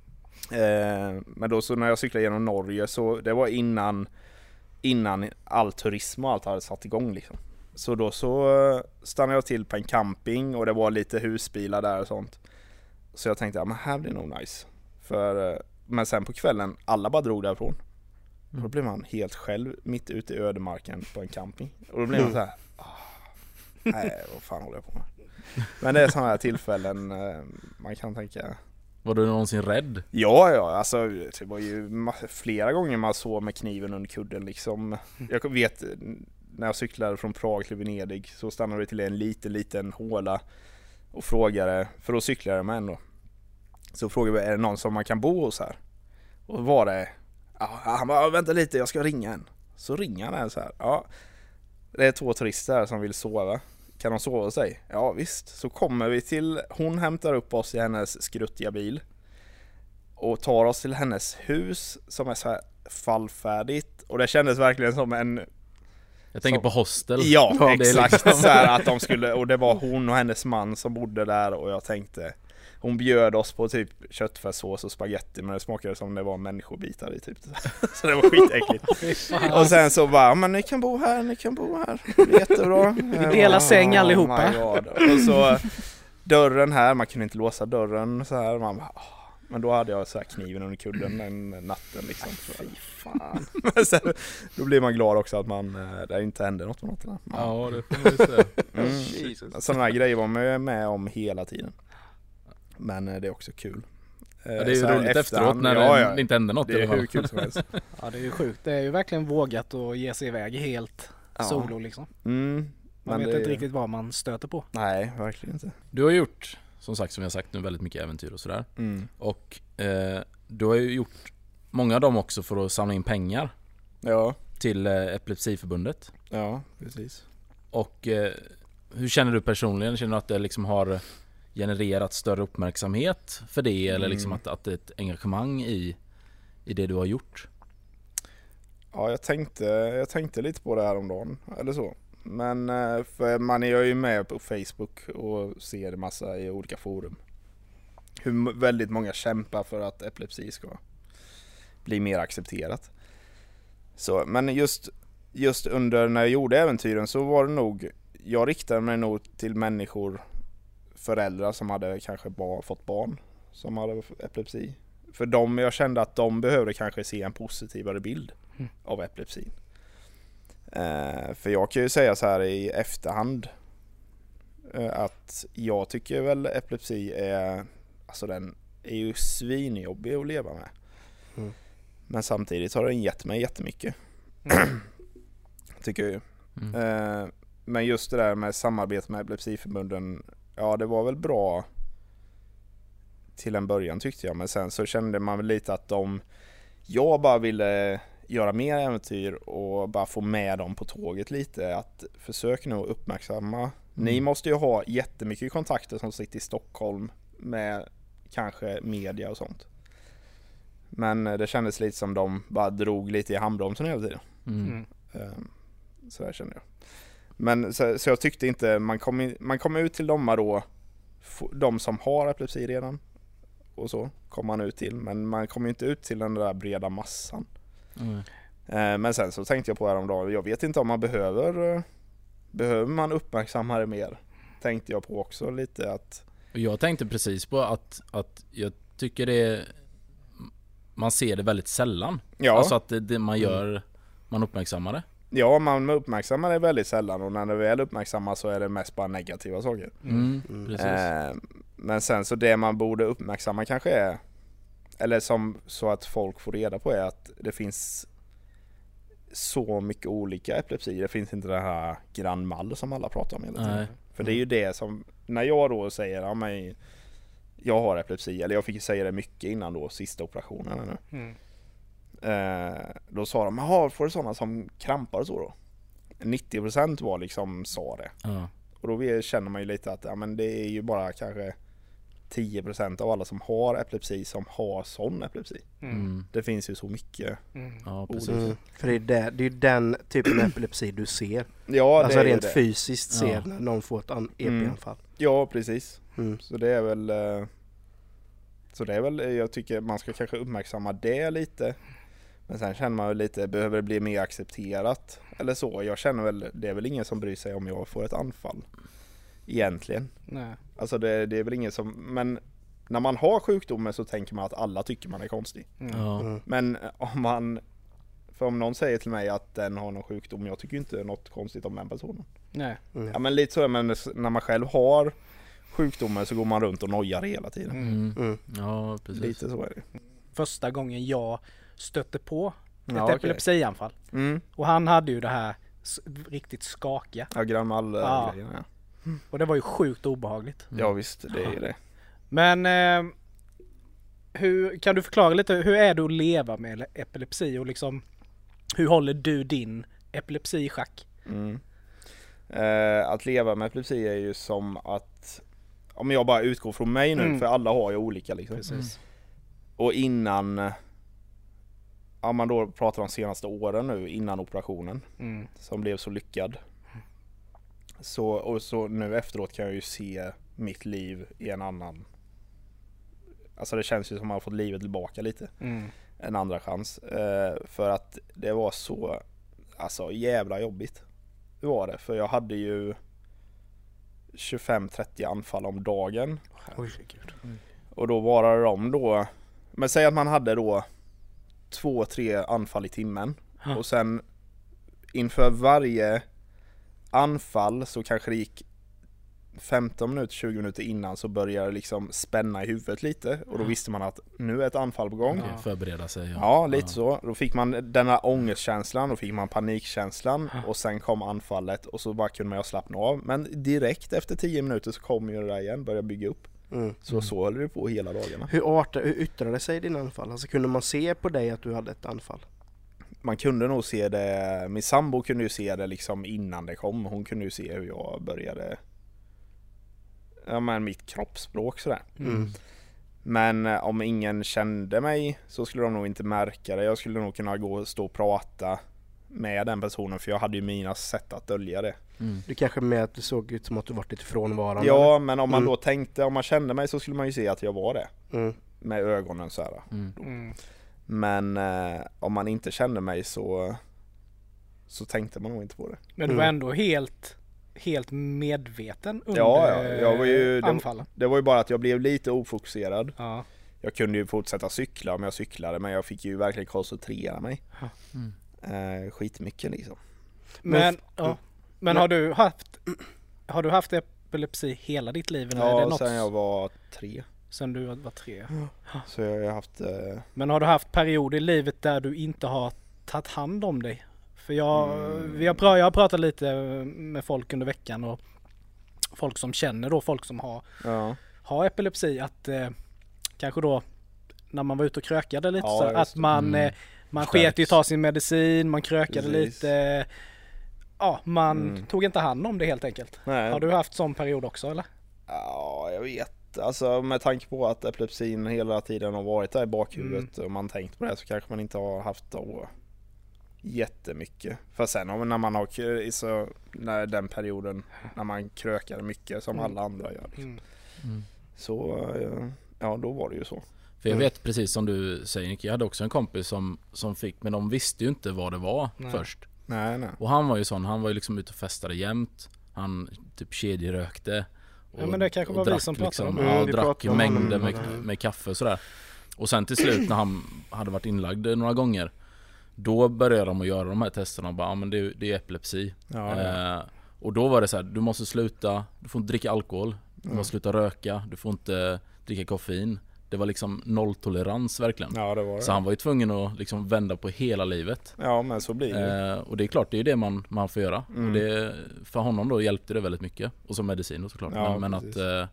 Eh, men då så när jag cyklade genom Norge så det var innan innan all turism och allt hade satt igång liksom. Så då så stannade jag till på en camping och det var lite husbilar där och sånt. Så jag tänkte, ja men här blir nog nice. För, men sen på kvällen, alla bara drog därifrån. Och då blev man helt själv mitt ute i ödemarken på en camping. Och då blev man så här, ah, nej vad fan håller jag på med? Men det är sådana här tillfällen man kan tänka. Var du någonsin rädd? Ja, ja, alltså det var ju ma- flera gånger man såg med kniven under kudden liksom. Jag vet, när jag cyklade från Prag till Venedig så stannade vi till en liten, liten håla och frågade, för då cyklade jag med ändå. Så frågade vi, är det någon som man kan bo hos här? Och var det, ja, han bara, vänta lite, jag ska ringa en. Så ringer han en så här, ja, det är två turister här som vill sova. Kan de sova hos sig? Ja visst. Så kommer vi till, hon hämtar upp oss i hennes skruttiga bil och tar oss till hennes hus som är så här fallfärdigt. Och det kändes verkligen som en... Jag tänker som, på hostel. Ja, ja exakt. liksom. Så här att de skulle, och det var hon och hennes man som bodde där och jag tänkte... Hon bjöd oss på typ köttfärssås och spaghetti, men det smakade som det var människobitar i typ. Så det var skitäckligt. Och sen så bara, men ni kan bo här, ni kan bo här. Det är jättebra. Vi delar säng allihopa. Oh my God. Och så dörren här, man kunde inte låsa dörren så här. Man bara, åh. Men då hade jag så här kniven under kudden den natten liksom. Fy fan. Men sen, då blir man glad också att man, det inte hände något med något. Man, ja, det får man ju säga. Mm. Sådana här grejer var man med om hela tiden. Men det är också kul. Ja, det är ju roligt efteråt när ja, det ja. inte händer något. Det är hur kul som helst. Ja, det är ju sjukt. Det är ju verkligen vågat att ge sig iväg helt Ja. solo liksom. Mm, Man vet det... inte riktigt vad man stöter på. Nej, verkligen inte. Du har gjort, som sagt, som jag sagt nu, väldigt mycket äventyr och sådär. Mm. Och eh, du har ju gjort många av dem också för att samla in pengar Ja, till eh, Epilepsiförbundet. ja, precis. Och eh, hur känner du personligen? Känner du att det liksom har genererat större uppmärksamhet för det? Eller liksom Mm. att, att det är ett engagemang i, i det du har gjort? Ja, jag tänkte, jag tänkte lite på det här om dagen, eller så. Men för man är ju med på Facebook och ser massa i olika forum. Hur väldigt många kämpar för att epilepsi ska bli mer accepterat. Så, men just, just under när jag gjorde äventyren så var det nog, jag riktade mig nog till människor, föräldrar som hade kanske bar, fått barn som hade epilepsi. För dem, jag kände att de behövde kanske se en positivare bild mm. av epilepsi. Eh, för jag kan ju säga så här i efterhand eh, att jag tycker väl epilepsi är, alltså den är ju svinjobbig att leva med. Mm. Men samtidigt har den gett mig jättemycket. Mm. Tycker jag ju. Mm. Eh, men just det där med samarbete med epilepsiförbunden, ja det var väl bra till en början tyckte jag, men sen så kände man väl lite att de, jag bara ville göra mer äventyr och bara få med dem på tåget lite, att försök nu uppmärksamma. Mm. Ni måste ju ha jättemycket kontakter som sitter i Stockholm med kanske media och sånt. Men det kändes lite som de bara drog lite i handbromsen hela tiden. Mm. Så där kände jag. Men så, så jag tyckte inte, man kom, man kom ut till dem då, de som har epilepsi redan och så kom man ut till, men man kom inte ut till den där breda massan. Mm. Eh, men sen så tänkte jag på häromdagen, jag vet inte om man behöver behöver man uppmärksamma det mer, tänkte jag på också lite att... Jag tänkte precis på att, att jag tycker det, man ser det väldigt sällan. Ja. Alltså att det, det man gör, mm. man uppmärksammar det. Ja, man uppmärksammar det väldigt sällan, och när det väl uppmärksammas så är det mest bara negativa saker. Mm, precis. Eh, men sen så det man borde uppmärksamma kanske är, eller som så att folk får reda på är att det finns så mycket olika epilepsi. Det finns inte det här Grand Mal som alla pratar om hela tiden. Nej. För det är ju det som, när jag då säger ja, men jag har epilepsi, eller jag fick säga det mycket innan då, sista operationen nu. Mm. Eh, då sa de, jaha, får du sådana som krampar och så då? nittio procent var liksom sa det. Ja. Och då känner man ju lite att ja, men det är ju bara kanske tio procent av alla som har epilepsi som har sån epilepsi. Mm. Mm. Det finns ju så mycket. Mm. Ja, precis. Mm. För det är, det, det är ju den typen av epilepsi du ser. Ja, Alltså det är ju rent det. fysiskt ser Ja. när någon får ett an- E Mm. P-anfall. Ja, precis. Mm. Så det är väl eh, så det är väl, jag tycker man ska kanske uppmärksamma det lite. Men sen känner man väl lite, behöver det bli mer accepterat eller så. Jag känner väl, det är väl ingen som bryr sig om jag får ett anfall egentligen. Nej. Alltså det, det är väl ingen som, men när man har sjukdomen så tänker man att alla tycker man är konstig. Mm. Ja. Mm. Men om man, för om någon säger till mig att den har någon sjukdom, jag tycker inte något konstigt om den personen. Nej. Mm. Ja, men lite så, men när man själv har sjukdomen så går man runt och nojar hela tiden. Mm. Mm. Mm. Ja, precis. Lite så är det. Första gången jag stötte på ett Ja, okej. epilepsianfall. Mm. Och han hade ju det här s- riktigt skakiga. Ja, Grand Mal Ja. grejerna. Och det var ju sjukt obehagligt. Mm. Ja visst, det är det. Men eh, hur, kan du förklara lite, hur är det att leva med epilepsi och liksom hur håller du din epilepsi i schack? Mm. Eh, att leva med epilepsi är ju som att, om jag bara utgår från mig nu, Mm. för alla har ju olika liksom. Precis. Och innan, ja man då pratar om de senaste åren nu, innan operationen Mm. som blev så lyckad. Så, och så nu efteråt kan jag ju se mitt liv i en annan, alltså det känns ju som att man har fått livet tillbaka lite. Mm. En andra chans. Eh, för att det var så, alltså jävla jobbigt. Det var det, för jag hade ju tjugofem trettio anfall om dagen. Herregud. Och då var de då, men säg att man hade då två, tre anfall i timmen. Ja. Och sen inför varje anfall så kanske det gick femton minuter, tjugo minuter innan så började det liksom spänna i huvudet lite. Och då visste man att nu är ett anfall på gång. Okej, Ja. förbereda sig. Ja, Ja, lite så. Då fick man den här ångestkänslan, då fick man panikkänslan Ja. och sen kom anfallet och så bara kunde man ju slappna av. Men direkt efter tio minuter så kom ju det där igen, började bygga upp. Mm. Så så höll det på hela dagarna. Hur, artar, hur yttrade sig dina anfall? Alltså kunde man se på dig att du hade ett anfall? Man kunde nog se det, min sambo kunde ju se det liksom innan det kom. Hon kunde ju se hur jag började, ja men mitt kroppsspråk sådär. Mm. Men eh, om ingen kände mig så skulle de nog inte märka det. Jag skulle nog kunna gå och stå och prata med den personen, för jag hade ju mina sätt att dölja det. Mm. Du kanske med att det såg ut som att du varit lite frånvarande? Ja, men om man Mm. då tänkte, om man kände mig så skulle man ju se att jag var det. Mm. Med ögonen så här. Mm. Mm. Men eh, om man inte kände mig så så tänkte man nog inte på det. Men du var Mm. ändå helt, helt medveten under Ja, ja, jag var ju- det- anfallen. Det var ju bara att jag blev lite ofokuserad. Ja. Jag kunde ju fortsätta cykla om jag cyklade, men jag fick ju verkligen koncentrera mig. Mm. Eh, skitmycket liksom. Men, f- ja. mm. Men har du haft har du haft epilepsi hela ditt liv? Eller är det Ja, något sen jag var tre. sen du var tre? Så jag har haft... Eh, Men har du haft perioder i livet där du inte har tagit hand om dig? För jag, Mm. vi har, pra- jag har pratat lite med folk under veckan och folk som känner då, folk som har, ja. har epilepsi, att eh, kanske då när man var ute och krökade lite Ja, så, just att det. man, Mm. eh, man Förstärks. sket i att ta sin medicin, man krökade Precis. lite. Ja, man Mm. tog inte hand om det helt enkelt. Nej. Har du haft sån period också eller? Ja, jag vet. Alltså med tanke på att epilepsin hela tiden har varit där i bakhuvudet och man tänkt på det, så kanske man inte har haft då jättemycket. För sen om- när man har k- så när den perioden när man krökade mycket som Mm. alla andra gör liksom. Mm. Mm. Så eh, ja, då var det ju så. För jag Mm. vet precis som du säger Nick, jag hade också en kompis som, som fick, men de visste ju inte vad det var Nej. först. Nej, nej. Och han var ju sån, han var ju liksom ute och festade jämt. Han typ kedjerökte. Och, Ja, men det kanske och var vi drack som pratade liksom, om det. ja, Mm, vi drack pratade om mängder honom. med, med kaffe och sådär. Och sen till slut när han hade varit inlagd några gånger, då började de att göra de här testerna och bara, ja men det, det är epilepsi. Ja, ja. Eh, och då var det så här, du måste sluta, du får inte dricka alkohol, du Mm. måste sluta röka, du får inte dricka koffein. Det var liksom nolltolerans verkligen. Ja, det var det. Så han var ju tvungen att liksom vända på hela livet. Ja, men så blir det. Eh, och det är klart, det är ju det man, man får göra. Mm. Och det, för honom då hjälpte det väldigt mycket. Och som medicin då, såklart. Ja, men men att, precis. eh,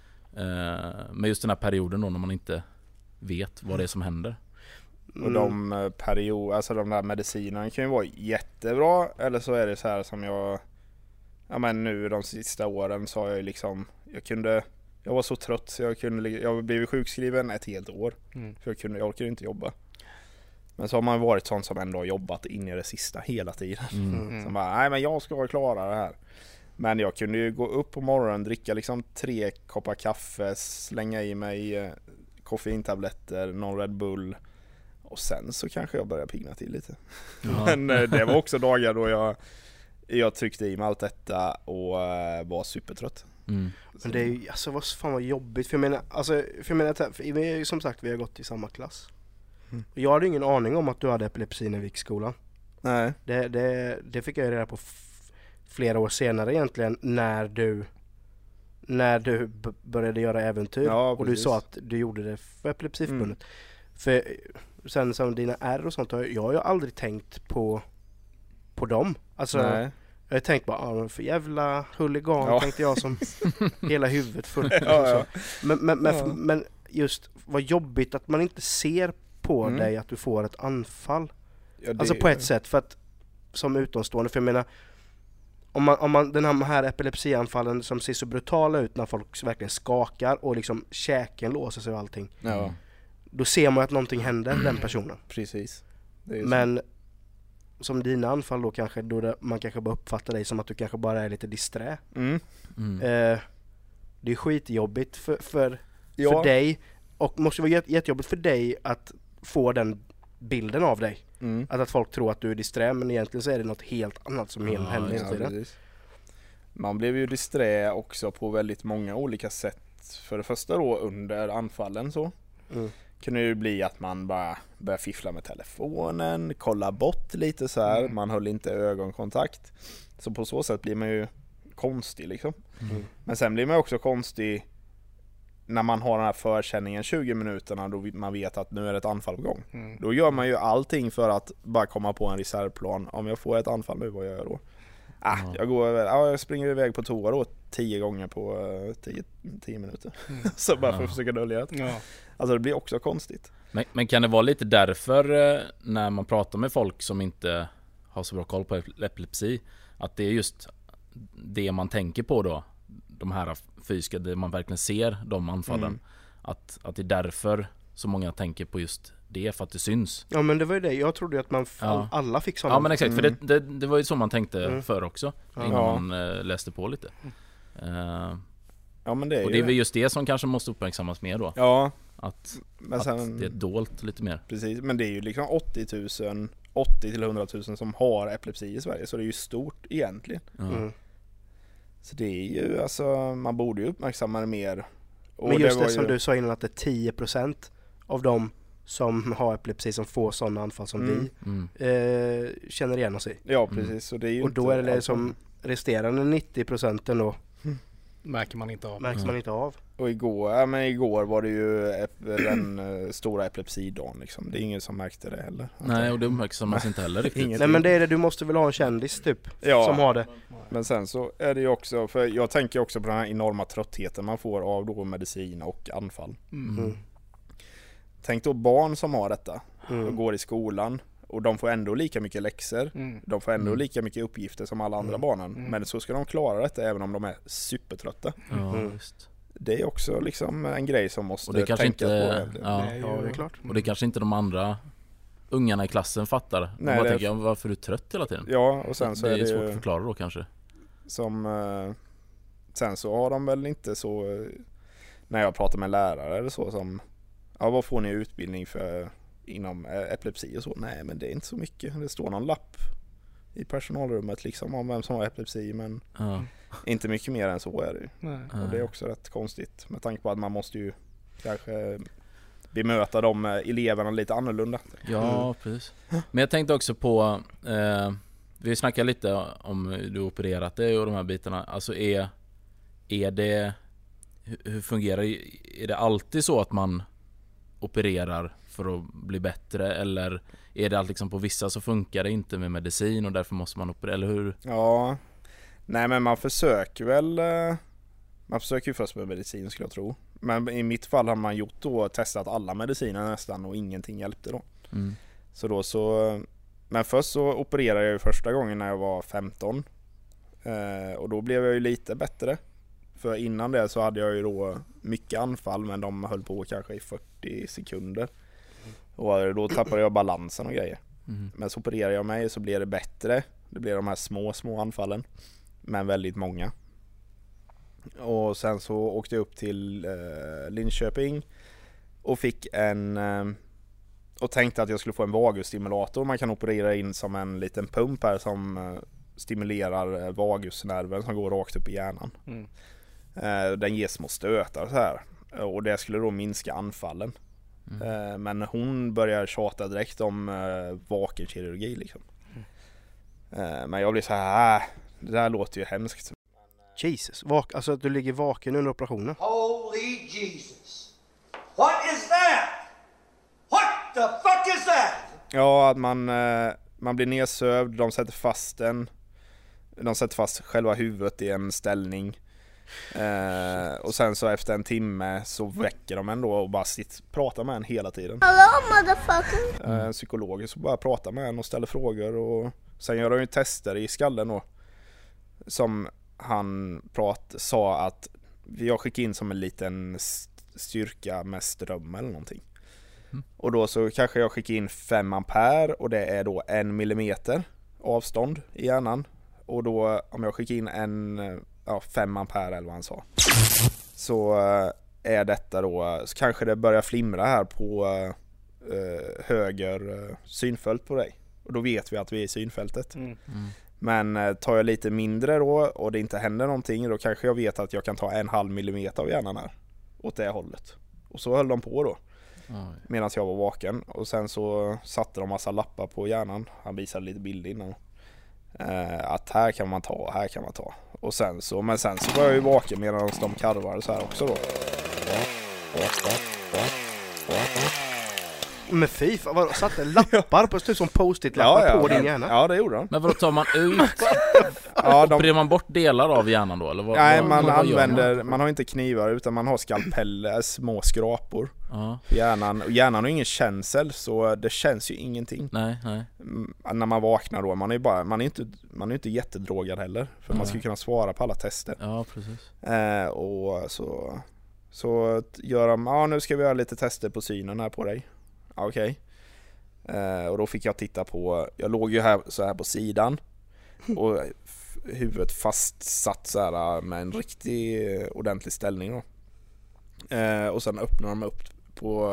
eh, med just den här perioden då när man inte vet vad det är som händer. Och de eh, period, alltså de där medicinerna kan ju vara jättebra, eller så är det så här som jag, ja men nu de sista åren så har jag ju liksom, jag kunde, jag var så trött så jag kunde, jag blev sjukskriven ett helt år. Mm. För jag kunde, jag orkade inte jobba. Men så har man varit sån som ändå har jobbat in i det sista hela tiden. Mm. Mm. Som bara, nej men jag ska klara det här. Men jag kunde ju gå upp på morgonen, dricka liksom tre koppar kaffe, slänga i mig eh, koffeintabletter, någon Red Bull. Och sen så kanske jag började pigna till lite. Ja. Men eh, det var också dagar då jag, jag tryckte i mig allt detta och eh, var supertrött. Mm. Men det är ju, alltså vad fan vad jobbigt. För jag menar, alltså, för jag menar att vi är ju som sagt, vi har gått i samma klass. Mm. Jag hade ingen aning om att du hade epilepsi när vi gick i skolan. Nej. Det, det, det fick jag reda på f- flera år senare egentligen, när du när du b- började göra äventyr. Ja, och du precis. sa att du gjorde det för Epilepsiförbundet. Mm. För sen som dina R och sånt, har jag, jag har ju aldrig tänkt på på dem. Alltså Nej. jag har tänkt bara, ah, för jävla huligan, Ja. tänkte jag, som hela huvudet fullt. Ja, ja. Men, men, men, Ja. men just vad jobbigt att man inte ser på Mm. dig att du får ett anfall. Ja, det- Alltså på ett sätt, för att som utomstående, för jag menar om man, om man, den här, här epilepsianfallen som ser så brutala ut när folk verkligen skakar och liksom käken låser sig och allting, Ja, då ser man att någonting händer den personen. precis. Det är ju så. Men som dina anfall då kanske, då det, man kanske bara uppfattar dig som att du kanske bara är lite disträ. Mm. Mm. Eh, det är skitjobbigt för, för, Ja. för dig, och måste vara jätte- jättejobbigt för dig att få den bilden av dig. Mm. Att, att folk tror att du är disträ, men egentligen så är det något helt annat som Ja, händer hela Ja, tiden. precis. Man blev ju disträ också på väldigt många olika sätt. För det första då under anfallen så Mm. kunde det ju bli att man bara började fiffla med telefonen, kolla bort lite så här. Mm. Man höll inte ögonkontakt. Så på så sätt blir man ju konstig liksom. Mm. Men sen blir man också konstig när man har den här förkänningen tjugo minuterna då man vet att nu är det ett anfall på gång. Mm. Då gör man ju allting för att bara komma på en reservplan. Om jag får ett anfall nu, vad gör jag då? Ah, Ja. jag, går, ja, jag springer iväg på toa då tio gånger på uh, tio, tio minuter. Mm. Så bara för Ja. att försöka dölja det. Ja. Alltså det blir också konstigt. Men, men kan det vara lite därför eh, när man pratar med folk som inte har så bra koll på epilepsi, att det är just det man tänker på då, de här fysiska, det man verkligen ser, de anfallen, Mm. att, att det är därför så många tänker på just det, för att det syns. Ja, men det var ju det. Jag trodde ju att man f- Ja. alla fick sådana. Ja men exakt, för Mm. det, det, det var ju så man tänkte Mm. förr också, Ja. innan Ja. man eh, läste på lite. Eh, Ja men det är och ju det är väl just det som kanske måste uppmärksammas mer då, Ja, att, men att sen, det är dolt lite mer. precis. Men det är ju liksom åttio tusen, åttio till hundra tusen som har epilepsi i Sverige. Så det är ju stort egentligen. Ja. Mm. Så det är ju, alltså man borde ju uppmärksamma det mer. Och Men just det, var som ju, du sa innan, att det är tio procent av dem som har epilepsi som får sådana anfall som Mm. Mm. vi eh, känner igen oss i. Ja precis, så det är ju Och då inte är det allt- som resterande nittio procenten då Märker man inte av. märks Ja. man inte av. Och igår, ja, men igår var det ju ep- den eh, stora epilepsidagen liksom. Det är ingen som märkte det heller. Nej, och det uppmärksammas inte heller riktigt. Inget. Nej men det är det, du måste väl ha en kändis typ Ja. som har det. Men sen så är det ju också, för jag tänker också på den här enorma tröttheten man får av då medicin och anfall. Mm. Mm. Tänk då barn som har detta och Mm. går i skolan och de får ändå lika mycket läxor. Mm. De får ändå Mm. lika mycket uppgifter som alla andra Mm. barnen. Mm. Men så ska de klara detta även om de är supertrötta. Ja, Mm. visst. Det är också liksom en grej som måste Och det kanske tänkas inte, på. egentligen. ja, Det är ju- Ja, det är klart. och det kanske inte de andra ungarna i klassen fattar. De Nej, bara det- tänker, ja, varför är du trött hela tiden? Ja, och sen så det är är det svårt ju att förklara då kanske. som... eh, Sen så har de väl inte så... eh, När jag pratar med lärare eller så som... Ja, vad får ni utbildning för inom eh, epilepsi och så? Nej, men det är inte så mycket. Det står någon lapp i personalrummet liksom om vem som har epilepsi, men Ja. inte mycket mer än så är det ju. Nej. Och det är också rätt konstigt med tanke på att man måste ju kanske bemöta de eh, eleverna lite annorlunda. Ja, precis. Men jag tänkte också på, eh, vi snackade lite om du opererat dig och de här bitarna. Alltså är, är det, hur hur fungerar det? Är det alltid så att man opererar för att bli bättre, eller är det att liksom på vissa så funkar det inte med medicin och därför måste man operera, eller hur? Ja, nej men man försöker väl, man försöker ju först med medicin skulle jag tro. Men i mitt fall har man gjort då, testat alla mediciner nästan och ingenting hjälpte då. Mm. Så då så, men först så opererade jag ju första gången när jag var femton. Eh, och då blev jag ju lite bättre. För innan det så hade jag ju då mycket anfall, men de höll på kanske i fyrtio sekunder. Och då tappade jag balansen och grejer. Mm. Men så opererade jag mig så blev det bättre. Det blev de här små, små anfallen. Men väldigt många. Och sen så åkte jag upp till eh, Linköping och fick en eh, och tänkte att jag skulle få en vagusstimulator. Man kan operera in som en liten pump här som eh, stimulerar eh, vagusnerven som går rakt upp i hjärnan. Mm. Eh, den ger små stötar så här. Och det skulle då minska anfallen. Mm. Eh, men hon började tjata direkt om eh, vakenkirurgi liksom. Eh, men jag blev så här, äh, det där låter ju hemskt. Jesus, vak- alltså att du ligger vaken under operationen. Holy Jesus. What is that? What the fuck is that? Ja, att man, eh, man blir nedsövd, de sätter fast den. De sätter fast själva huvudet i en ställning. Eh, och sen så efter en timme så väcker de en då och bara sitter, pratar med en hela tiden. Hello, motherfucker. Eh, psykologer så bara pratar med en och ställer frågor. Och sen gör de ju tester i skallen då. Som han prat, sa att jag skickar in som en liten styrka med ström eller någonting. Mm. Och då så kanske jag skickar in fem ampere och det är då en millimeter avstånd i hjärnan. Och då om jag skickar in en ja, fem ampere eller vad han sa, så är detta då, så kanske det börjar flimra här på uh, höger uh, synfält på dig. Och då vet vi att vi är i synfältet. Mm. Mm. Men tar jag lite mindre då och det inte händer någonting, då kanske jag vet att jag kan ta en halv millimeter av hjärnan här åt det hållet. Och så höll de på då medan jag var vaken. Och sen så satte de massa lappar på hjärnan. Han visade lite bilder innan. Eh, att här kan man ta, här kan man ta. Och sen så, men sen så var jag ju vaken medan de karvade så här också då. Men fy, vad satte lappar på typ som post-it-lappar ja, ja, på ja, din hjärna? Ja, det gjorde de. Men vad tar man ut? Ja, de... Opererar man bort delar av hjärnan då? Eller vad, Nej, vad, man vad använder, man? man har inte knivar utan man har skalpeller, små skrapor. Ja. Hjärnan, och hjärnan har ingen känsel så det känns ju ingenting. Nej, nej. Mm, när man vaknar då, man är bara, man är inte, man är inte jättedrogad heller. För nej. Man ska kunna svara på alla tester. Ja, precis. Eh, och så, så gör de, ja nu ska vi göra lite tester på synen här på dig. Ja, okej. Okay. Uh, och då fick jag titta på, jag låg ju här så här på sidan och f- huvudet fastsatt så här med en riktig ordentlig ställning då. Uh, och sen öppnar de upp på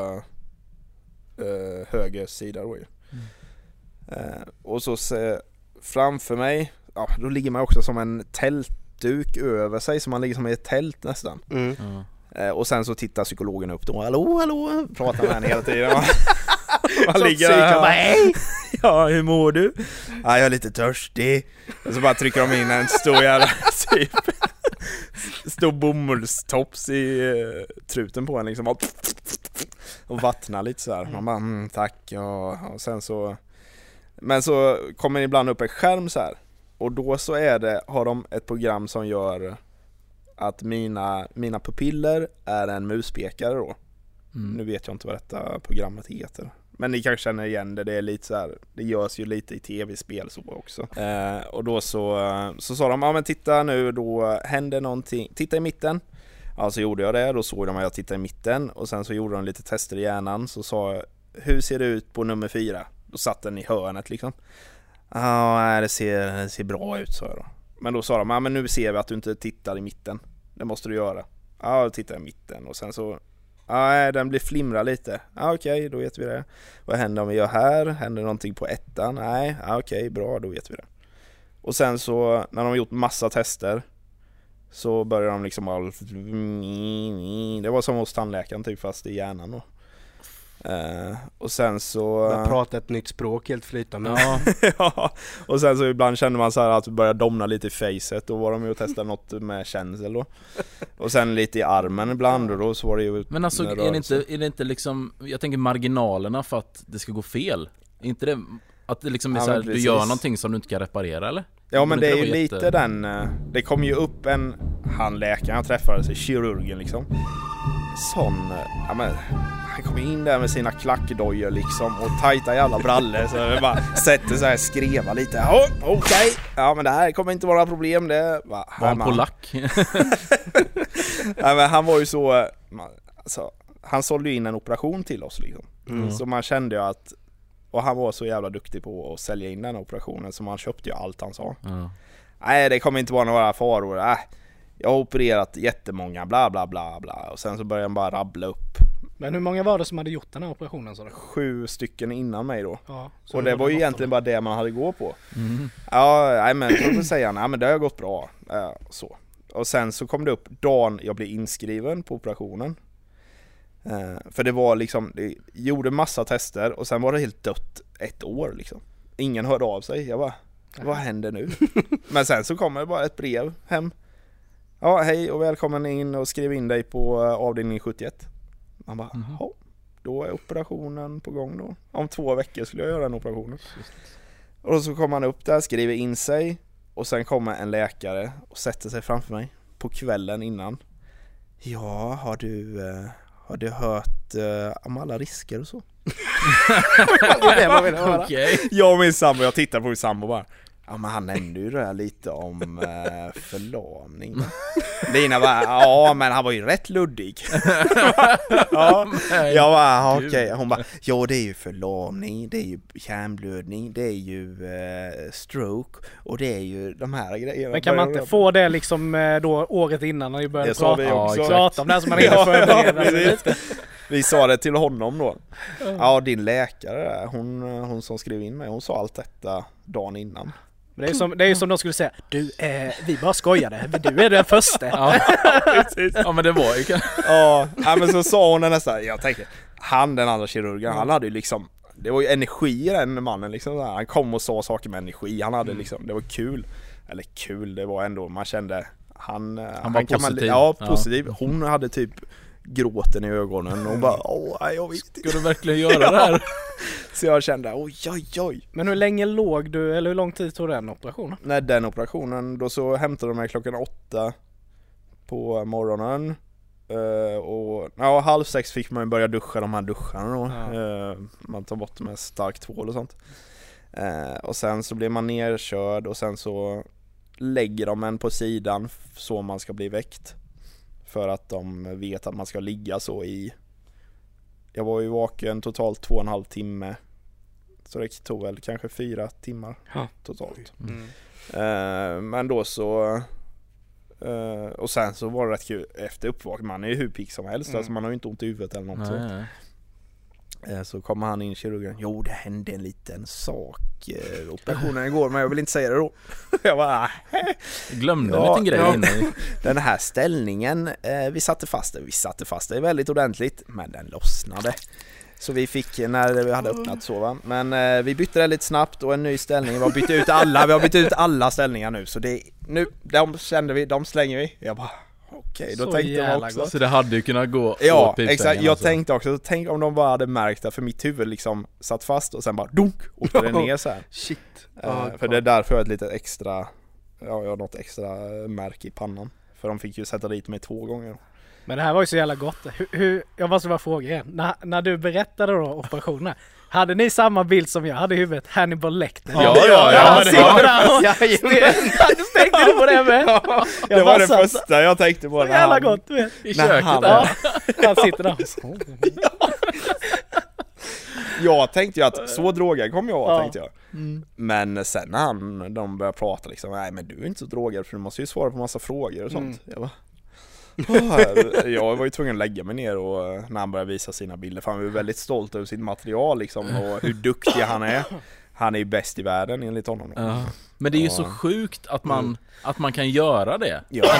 uh, höger sida då ju. Mm. Uh, och så se, framför mig, ja, då ligger man också som en tältduk över sig, så man ligger som i ett tält nästan. Mm. Mm. Uh, och sen så tittar psykologen upp då, hallå, hallå, pratar med henne hela tiden. Man ligger där och bara, hej! Ja, hur mår du? Ja, jag är lite törstig. Och så bara trycker de in en stor jävla typ stor bomullstops i uh, truten på en liksom och, och vattnar lite så här. Man bara, mm, tack. Och, och sen så men så kommer det ibland upp en skärm så här. Och då så är det, har de ett program som gör att mina, mina pupiller är en muspekare då. Mm. Nu vet jag inte vad detta programmet heter. Men ni kanske känner igen det, det är lite så här, det görs ju lite i tv-spel så också. Eh, och då så, så sa de, ja men titta nu, då händer någonting, titta i mitten. Ja, så gjorde jag det, då såg de att jag tittade i mitten. Och sen så gjorde de lite tester i hjärnan, så sa jag, hur ser det ut på nummer fyra? Då satt den i hörnet liksom. Ja, det ser, det ser bra ut, sa jag då. Men då sa de, ja men nu ser vi att du inte tittar i mitten. Det måste du göra. Ja, jag tittar i mitten. Och sen så, ja, den blir flimra lite. Ja, okej, okay, då vet vi det. Vad händer om vi gör här? Händer någonting på ettan? Nej, ja, okej, okay, bra, då vet vi det. Och sen så, när de har gjort massa tester, så börjar de liksom all... Det var som hos tandläkaren typ, fast i hjärnan då. Uh, och sen så... Jag pratar ett nytt språk helt flytande. Ja. ja, och sen så ibland kände man så här att det började domna lite i facet. Då var de ju och testade något med känsel då. Och sen lite i armen ibland och då så var det ju... Men alltså är det, inte, är det inte liksom, jag tänker marginalerna för att det ska gå fel? Är inte det att det liksom är Ja, så här, men du precis. gör någonting som du inte kan reparera eller? Ja, men Borde det är inte ju vara lite jätte- den... eh, Det kom ju upp en handläkare, jag träffade sig, kirurgen liksom. Sån... eh, Ja, men, han kom in där med sina klackdojor liksom och tajta jävla brallor så det bara sätter så här, skreva lite. Ja, okej. Okay. Ja, men det här kommer inte vara några problem det. Va, Var han man- polack? Ja, men han var ju så... eh, man- Alltså, han sålde ju in en operation till oss liksom. Mm. Så man kände ju att... Och han var så jävla duktig på att sälja in den operationen så man köpte ju allt han sa. Ja. Nej, det kommer inte vara några faror. Äh, jag har opererat jättemånga, bla bla bla bla. Och sen så började han bara rabbla upp. Men hur många var det som hade gjort den här operationen så? Sju stycken innan mig då. Ja, så Och det var ju något egentligen då? bara det man hade gå på. Mm. Ja, nej men så får säga nej men det har gått bra. Äh, så. Och sen så kom det upp dagen jag blev inskriven på operationen. Uh, för det var liksom, det gjorde massa tester och sen var det helt dött ett år liksom. Ingen hörde av sig. Jag bara, vad händer nu? Men sen så kommer det bara ett brev hem. Ja, hej och välkommen in och skriv in dig på uh, avdelning sjuttioett. Man bara, Mhm. ja, då är operationen på gång då. Om två veckor skulle jag göra den operationen. Och så kommer man upp där, skriver in sig och sen kommer en läkare och sätter sig framför mig på kvällen innan. Ja, har du... Uh, Har du hört uh, om alla risker och så? Det var det var. Okej. Jag och min sambo, jag tittar på min sambo bara. Ja, men han nämnde ju det där lite om uh, förlamning. Lina bara, ja men han var ju rätt luddig. Ja, jag bara, okej. Okay. Hon bara, ja det är ju förlamning, det är ju hjärnblödning, det är ju uh, stroke och det är ju de här grejerna. Men kan man inte få det liksom eh, då året innan när vi började Det sa vi prata, också. prata om det här som man inte Ja, förbereder sig precis. lite? Vi sa det till honom då. Ja, din läkare där, hon, hon som skrev in mig, hon sa allt detta dagen innan. Men det är ju som, det är ju som de skulle säga, du, eh, vi bara skojade, men du är den första. Ja. Ja men det var ju Ja, ja, men så sa hon det nästan, jag tänkte, han den andra kirurgen, han hade ju liksom, det var ju energi i den mannen liksom, så här. Han kom och sa saker med energi, han hade liksom, det var kul. Eller kul, det var ändå, man kände, han, han, var kan man, positiv. ja, Ja. positiv. Hon hade typ gråten i ögonen och bara, åh, nej, jag vet inte. Ska du verkligen göra det här? Så jag kände, oj, oj, oj. Men hur länge låg du, eller hur lång tid tog den operationen? När den operationen, då så hämtade de mig klockan åtta på morgonen. Uh, och ja, halv sex fick man börja duscha de här duscharna då. Ja. Uh, man tar bort med stark tvål och sånt. Uh, och sen så blir man nerkörd och sen så lägger de en på sidan så man ska bli väckt. För att de vet att man ska ligga så i... Jag var ju vaken totalt två och en halv timme. Så det tog väl kanske fyra timmar Ja. totalt. Mm. Uh, men då så... Uh, och sen så var det rätt kul efter uppvakning. Man är ju hur pigg som helst. Mm. Alltså man har ju inte ont i huvudet eller något Nej, sånt. nej. Uh, så kommer han in, kirurgen. Jo, det hände en liten sak. Uh, operationen igår, men jag vill inte säga det då. Jag bara, Jag glömde Ja, en liten grej ja. innan i- den här ställningen, uh, vi satte fast det. Vi satte fast det väldigt ordentligt, men den lossnade. Så vi fick när vi hade öppnat så va. Men uh, vi bytte det lite snabbt och en ny ställning. Vi har bytt ut alla, vi har bytt ut alla ställningar nu. Så det nu, de kände vi, de slänger vi. Jag bara, okej, okay, då Så tänkte jag jävla också. gott. Så det hade ju kunnat gå Ja, åt pipstängen exakt. Jag alltså. tänkte också, tänk om de bara hade märkt att för mitt huvud liksom satt fast och sen bara dunk åkte det ner så här. Shit. Eh, Ja, för det är därför jag har ett litet extra, ja jag har något extra märke i pannan. För de fick ju sätta dit mig två gånger. Men det här var ju så jävla gott. Hur, hur, jag måste bara fråga igen. När, när du berättade då operationen, hade ni samma bild som jag hade i huvudet? Hannibal Lecter? Ja, ja, ja, ja, men det sitter var- där och- Tänkte du på det med? Ja, Jag det bara var det satt- första jag tänkte på. Så när jävla han- gott, du vet. I när köket han- där. Ja, han sitter där. Jag tänkte ju att så drogad kom jag Ja. tänkte jag. Men sen när han, de började prata liksom, nej men du är inte så drogad för du måste ju svara på massa frågor och sånt. Jag bara, "Åh." Jag var ju tvungen att lägga mig ner och eh, när han började visa sina bilder, för han var ju väldigt stolt över sitt material liksom och hur duktig han är. Han är ju bäst i världen enligt honom. Ja. Men det är ju så Ja. sjukt att man, att man kan göra det. Ja,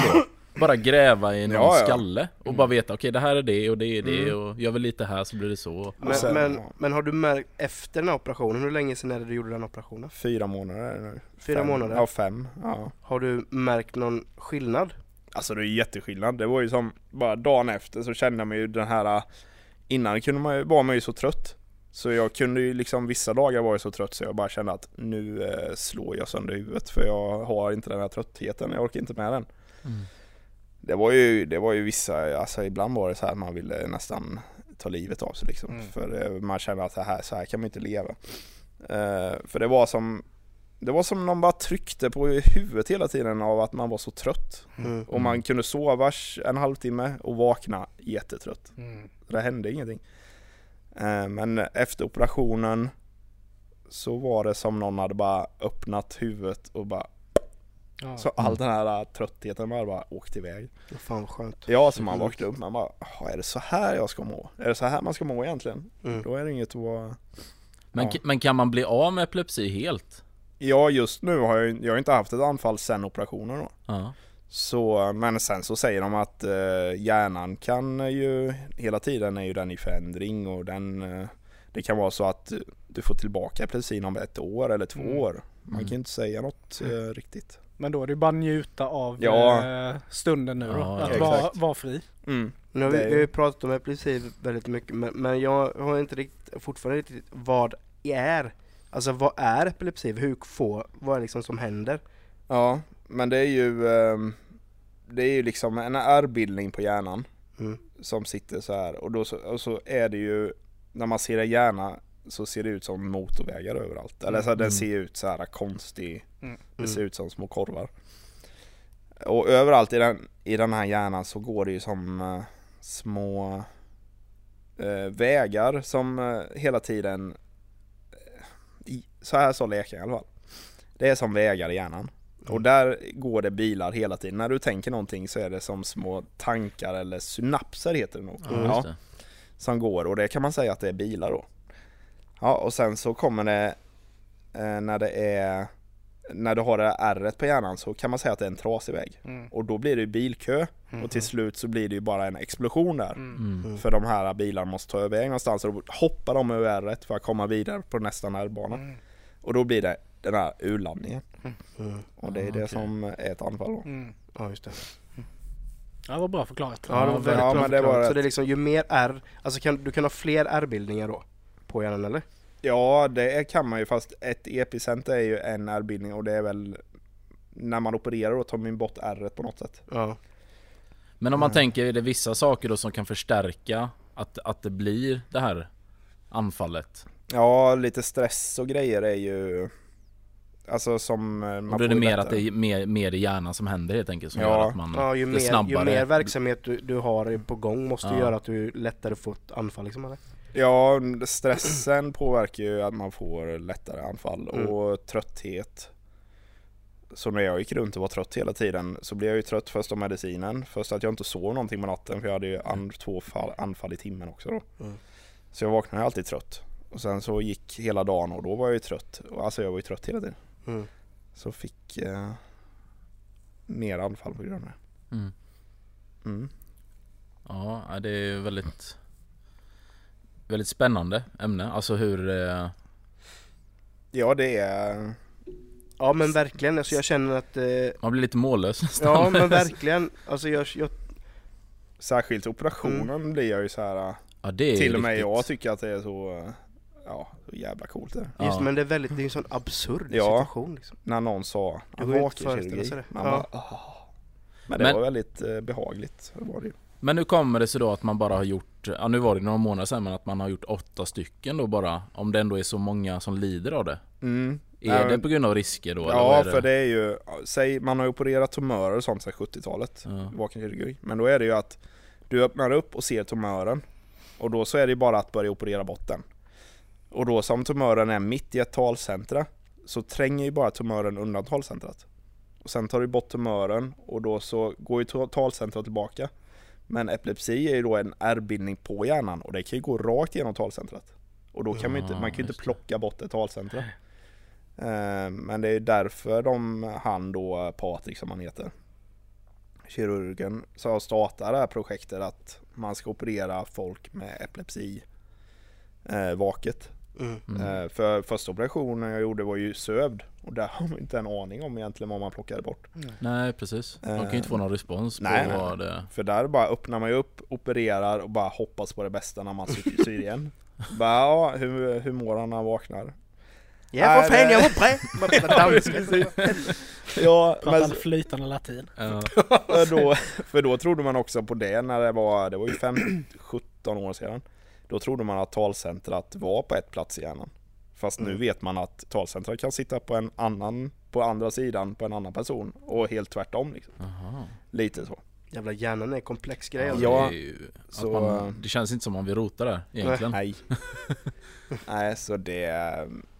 bara gräva i någon Ja, ja. skalle och bara veta, okej, det här är det och det är det Mm. och gör väl lite här så blir det så. Men, sen- men, ja. men har du märkt efter den här operationen, hur länge sedan är det du gjorde den operationen? Fyra månader är det nu. Fyra fem. månader? Ja, fem. Ja. Har du märkt någon skillnad? Alltså det är jätteskillnad. Det var ju som bara dagen efter så kände man ju den här. Innan kunde man ju, var man ju så trött. Så jag kunde ju liksom vissa dagar var jag så trött så jag bara kände att nu eh, slår jag sönder huvudet för jag har inte den här tröttheten. Jag orkar inte med den. Mm. Det var ju, det var ju vissa, alltså ibland var det så här att man ville nästan ta livet av sig liksom. Mm. För eh, man kände att det här, så här kan man inte leva. Eh, för det var som Det var som någon bara tryckte på huvudet hela tiden av att man var så trött. Mm. Och man kunde sova en halvtimme och vakna jättetrött. Mm. Det hände ingenting. Eh, Men efter operationen så var det som någon hade bara öppnat huvudet och bara Ja. så all den här tröttheten bara, bara åkte iväg. Fan vad skönt. Ja, så man vaknade upp man bara, är det så här jag ska må? Är det så här man ska må egentligen? Mm. Då är det inget att vara... Men, Ja. men kan man bli av med epilepsi helt? Ja, just nu har jag, jag har inte haft ett anfall sen operationen då. Ja. Så, men sen så säger de att eh, hjärnan kan ju hela tiden är ju den i förändring och den eh, det kan vara så att du får tillbaka epilepsin om ett år eller två Mm. år. Man Mm. kan ju inte säga något eh, riktigt. Men då är det ju bara njuta av Ja. eh, stunden nu då. Ja, att ja, vara, exakt. vara fri. Mm. Nu har vi, Det är- vi har ju pratat om epilepsi väldigt mycket, men, men jag har inte riktigt, fortfarande riktigt vad är. Alltså vad är epilepsi? Hur får, vad är liksom som händer? Ja, men det är ju eh, det är ju liksom en ärrbildning på hjärnan Mm. som sitter så här och då så, och så är det ju när man ser en hjärna så ser det ut som motorvägar överallt. Eller så Mm. den ser ut så här konstig. Mm. Det ser ut som små korvar. Och överallt i den, i den här hjärnan så går det ju som eh, små eh, vägar som eh, hela tiden eh, i, så här sa läkaren i alla fall. Det är som vägar i hjärnan. Och där går det bilar hela tiden. När du tänker någonting så är det som små tankar eller synapser heter det nog. Ja, Ja, just det. som går och det kan man säga att det är bilar då. Ja, och sen så kommer det eh, när det är när du har det här ärret på hjärnan så kan man säga att det är en trasig väg. Mm. Och då blir det ju bilkö Mm. och till slut så blir det ju bara en explosion där. Mm. Mm. För de här bilarna måste ta över väg någonstans och då hoppar de över ärret för att komma vidare på nästa närbana. Mm. Och då blir det den här urladdningen. Mm. Och det är Ah, det okej. som är ett anfall då. Mm. Ja just det. Ja, det var bra förklarat. Ja, det var Ja, väldigt ja, bra men det var förklarat. Så rätt. det är liksom ju mer R, alltså kan, du kan ha fler R-bildningar då? På hjärnan eller? Ja, det är- kan man ju, fast ett epicenter är ju en ärrbildning och det är väl när man opererar då tar man bort ärret på något sätt. Ja. Men om man Mm. tänker, är det vissa saker då som kan förstärka att, att det blir det här anfallet? Ja, lite stress och grejer är ju alltså som eh, man Och då är det får ju mer lättare- att det är mer, mer i hjärnan som händer helt enkelt som Ja. gör att man Ja, ju det är mer, ju snabbare. mer verksamhet du, du har på gång måste Ja. göra att du lättare får ett anfall liksom eller? Ja, stressen påverkar ju att man får lättare anfall Mm. och trötthet. Så när jag gick runt och var trött hela tiden så blev jag ju trött först av medicinen. Först att jag inte sov någonting på natten för jag hade ju an- två fall, anfall i timmen också då. Mm. Så jag vaknade alltid trött. Och sen så gick hela dagen och då var jag ju trött. Och Alltså jag var ju trött hela tiden. Mm. Så fick eh, mer anfall på grund av det. Mm. Mm. Ja, det är ju väldigt väldigt spännande ämne. Alltså hur eh, Ja, det är... Ja men verkligen, alltså jag känner att eh, man blir lite mållös nästan. ja men verkligen, alltså jag, jag Särskilt operationen blir jag ju så här. Ja, det är Till ju och med riktigt. jag tycker att det är så, ja, så jävla coolt det. just Ja. men det är väldigt, det är en sån absurd Ja. situation liksom. När någon sa Det går ju inte att föreställa vakerkirurgi. sig det. Man Ja. bara, "Åh." Men det Men- var väldigt eh, behagligt. Det var det ju. Men nu kommer det så då att man bara har gjort, ja nu var det några månader sedan, men att man har gjort åtta stycken då bara, om det ändå är så många som lider av det. Mm. Är Nej, det men- på grund av risker då? eller Ja, vad är det? för det är ju, säg, man har ju opererat tumörer och sånt sedan sjuttiotalet. Ja. Vakenkirurgi. Men då är det ju att du öppnar upp och ser tumören. Och då så är det ju bara att börja operera bort den. Och då som tumören är mitt i ett talcentra så tränger ju bara tumören undan talcentrat. Och sen tar du bort tumören och då så går ju to- talcentrat tillbaka. Men epilepsi är ju då en ärrbildning på hjärnan och det kan ju gå rakt genom talcentrat. Och då kan man ju inte, Ja, man kan ju inte just det. plocka bort ett talcentra. Eh, Men det är därför de, han då, Patrik som han heter, kirurgen, så startar det här projektet att man ska operera folk med epilepsi eh, vaket. Mm. Mm. Eh, för första operationen jag gjorde var ju sövd, och där har man inte en aning om egentligen vad man plockade bort. Nej, precis. De kan ju inte få någon respons nej, på nej. vad det... För där bara öppnar man ju upp, opererar och bara hoppas på det bästa när man syr, syr igen. Bara, ja, hur, hur mår han när han vaknar? Ja, för fan, jag var bra. Ja, Pratar men flytande latin. Ja. för då, för då trodde man också på det när det var, det var ju fem sjutton år sedan. Då trodde man att talcentrat var på ett plats i hjärnan. Fast nu vet man att talcentrat kan sitta på en annan, på andra sidan på en annan person, och helt tvärtom liksom. Aha. Lite så. Jävla hjärnan är en komplex grej. Ja, alltså. Ja, det, är ju, att så- man, det känns inte som om vi rotar där egentligen. Nej. Nej, så det...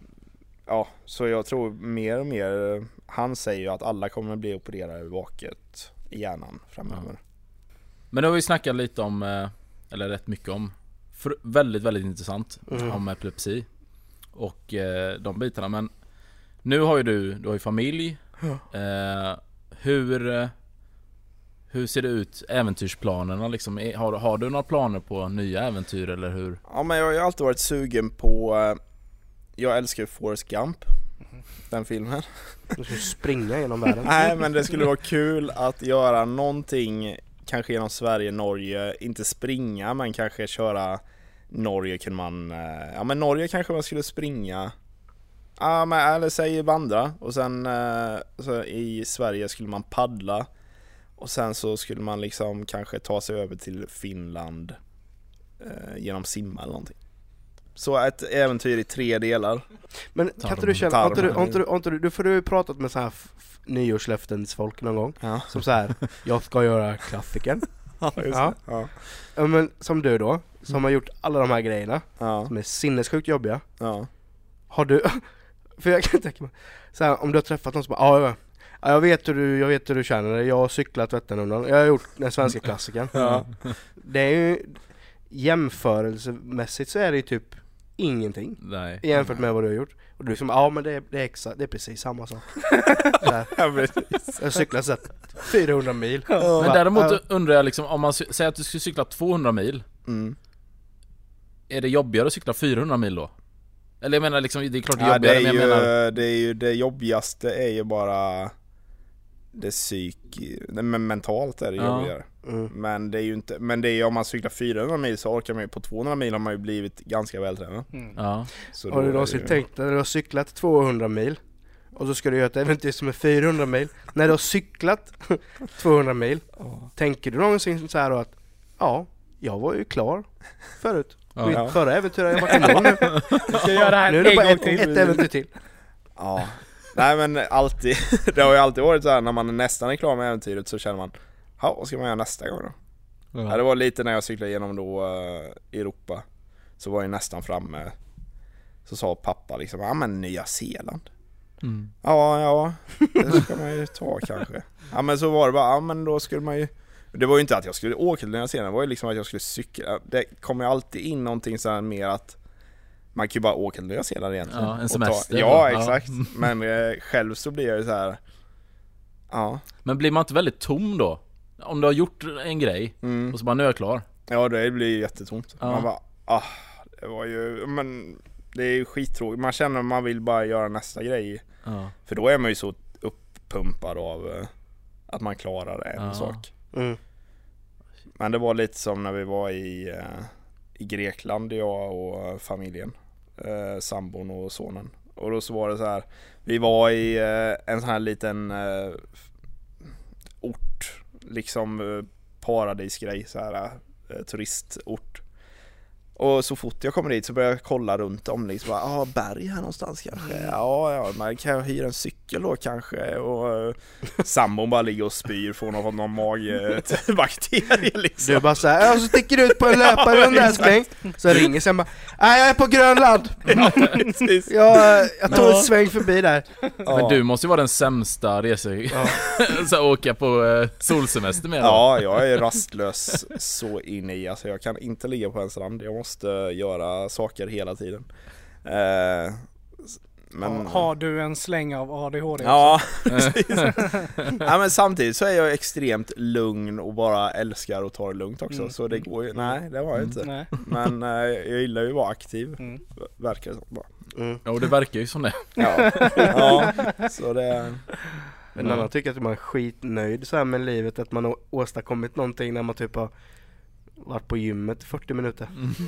Ja, så jag tror mer och mer... Han säger ju att alla kommer bli opererade vaket i hjärnan framöver. Men det har vi snackat lite om, eh, eller rätt mycket om, för, väldigt, väldigt intressant Mm. om epilepsi och eh, de bitarna. Men nu har ju du, du har ju familj. Eh, hur, eh, hur ser det ut, äventyrsplanerna liksom? Är- Har, har du några planer på nya äventyr eller hur? Ja, men jag har ju alltid varit sugen på... eh, Jag älskar ju Forrest Gump, den filmen. Du ska springa genom världen. Nej, men det skulle vara kul att göra någonting, kanske genom Sverige, Norge, inte springa, men kanske köra Norge kunde man, eh, ja men Norge kanske man skulle springa, ja men eller säg vandra, och sen eh, så i Sverige skulle man paddla, och sen så skulle man liksom kanske ta sig över till Finland eh, genom simma eller någonting. Så ett äventyr i tre delar. Men kan inte du känna, har inte du, har inte du, har inte du, du får du pratat med så här f- f- nyårslöftens folk någon gång? Ja, Som så här, jag ska göra klassiken. ja, just Ja. det. Ja. Ja, men som du då, som har gjort alla de här grejerna, Ja. som är sinnessjukt jobbiga. Ja. Har du, för jag kan tänka mig, så här, om du har träffat någon som bara, ja, ja, ja, jag vet hur du, jag vet hur du känner dig, jag har cyklat Vätternrundan, jag har gjort den svenska klassiken. Ja. Det är ju, jämförelsemässigt så är det ju typ ingenting Nej. jämfört med vad du har gjort. Och du som, ja men det är, det är exakt, det är precis samma sak. Så här, Ja, precis. jag cyklar så här fyrahundra mil. Men Bara, däremot ja, undrar jag liksom, om man sy- säger att du skulle cykla tvåhundra mil, Mm. är det jobbigare att cykla fyrahundra mil då? Eller jag menar liksom, det är klart det är Ja, det, jobbigare, är men ju, jag menar... det är ju det jobbigaste är ju bara det psyk, det, men mentalt är det Ja. jobbigare. mm. Men det är ju inte, men det är ju, om man cyklar fyrahundra mil så orkar man ju, på tvåhundra mil har man ju blivit ganska vältränad. Mm. Ja. Så Har du då är någonsin det ju- tänkt när du har cyklat tvåhundra mil och så ska du göra ett äventyr som är fyrahundra mil, när du har cyklat tvåhundra mil, tänker du någonsin så här då att ja, jag var ju klar förut. Ja. Mitt Ja. förra äventyr har jag varit i mål nu. Jag ska göra det här Nu är det en bara gång ett, till. ett äventyr till. Ja. Nej, men alltid, det har ju alltid varit så här, när man nästan är klar med äventyret så känner man, ja, vad ska man göra nästa gång då? Ja, det var lite när jag cyklade igenom då uh, Europa, så var jag nästan framme. Så sa pappa liksom, ja men Nya Zeeland. Mm. Ja, ja, det ska man ju ta kanske. Ja, men så var det bara, ja men då skulle man ju, det var ju inte att jag skulle åka till Nya Zeeland, det var ju liksom att jag skulle cykla. Det kommer ju alltid in någonting så här mer att man kan ju bara åka till Nya Zeeland egentligen. Ja, en och semester. Ta, ja, Ja. exakt. Men eh, själv så blir jag ju så här, ja. Men blir man inte väldigt tom då? Om du har gjort en grej Mm. och så bara, nu är jag klar. Ja, det blir ju jättetomt. Ja. Man bara, ah, det var ju, men det är ju skittråkigt. Man känner att man vill bara göra nästa grej. Ja. För då är man ju så uppumpad av eh, att man klarar en Ja. sak. Mm. Men det var lite som när vi var i, eh, i Grekland, jag och familjen, eh, sambon och sonen. Och då så var det så här, vi var i eh, en sån här liten eh, ort, liksom eh, paradisgrej, så här eh, turistort. Och så fort jag kommer dit så börjar jag kolla runt om liksom, ja, ah, berg här någonstans kanske. Ja, ja, man kan jag hyra en cykel då kanske. Och uh, sambon bara ligger och spyr från någon, någon magbakterie liksom. Du bara såhär, ja, så sticker du ut på en löparrunda älskling. Så ringer sen bara, nej jag är på Grönland. Ja, precis. Jag, jag tog en sväng förbi där. Men du måste ju vara den sämsta rese... Ja. så här, åka på eh, solsemester med då. Ja, jag är rastlös så in i, alltså jag kan inte ligga på en strand. Jag måste göra saker hela tiden. Eh, Men, Har du en släng av A D H D? ja, precis. Ja, men samtidigt så är jag extremt lugn och bara älskar att ta det lugnt också. Mm. Så det går ju, nej det var jag inte. Nej. Men eh, jag gillar ju att vara aktiv, Mm. verkar det som bara. Mm. Ja, och det verkar ju som det. Ja, ja så det... En annan tycker att man är skitnöjd så här med livet, att man har åstadkommit någonting när man typ har varit på gymmet i fyrtio minuter.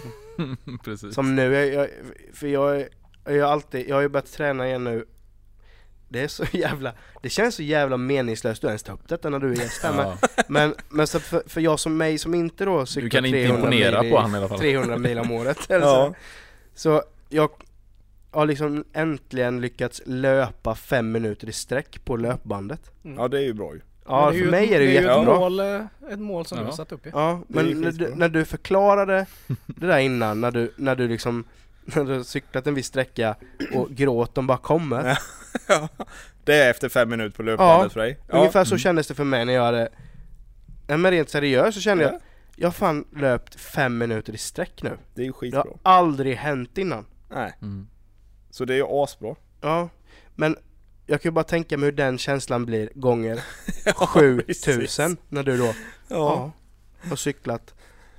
Precis. Som nu, jag, jag, för jag, är- jag, är alltid, jag har ju börjat träna igen nu. Det är så jävla, det känns så jävla meningslöst att ens ta upp detta när du är gäst här, men, Ja. men, men så för, för jag som mig som inte då cyklar Du kan inte trehundra imponera mil i- på han i alla fall. trehundra mil om året eller Ja. så. Så jag har liksom äntligen lyckats löpa fem minuter i sträck på löpbandet. Ja, det är ju bra ju. Ja, Men för mig är det ju det är jättebra. ett mål, eh, ett mål som Ja. du har satt upp. Ja. Ja, Det är ju men när skitbra. du, när du förklarade det där innan, när du, när du liksom när du har cyklat en viss sträcka och gråten bara kommer. Ja, det är efter fem minuter på löpbandet Ja, för dig. Ja. Ungefär så kändes det för mig när jag hade, ja, men rent seriöst så kände jag Ja. att jag har fan löpt fem minuter i sträck nu. Det är ju Det skitbra. har aldrig hänt innan. Nej, Mm. så det är ju asbra. Ja, men jag kan ju bara tänka mig hur den känslan blir gånger sju tusen precis. när du då Ja. ja, har cyklat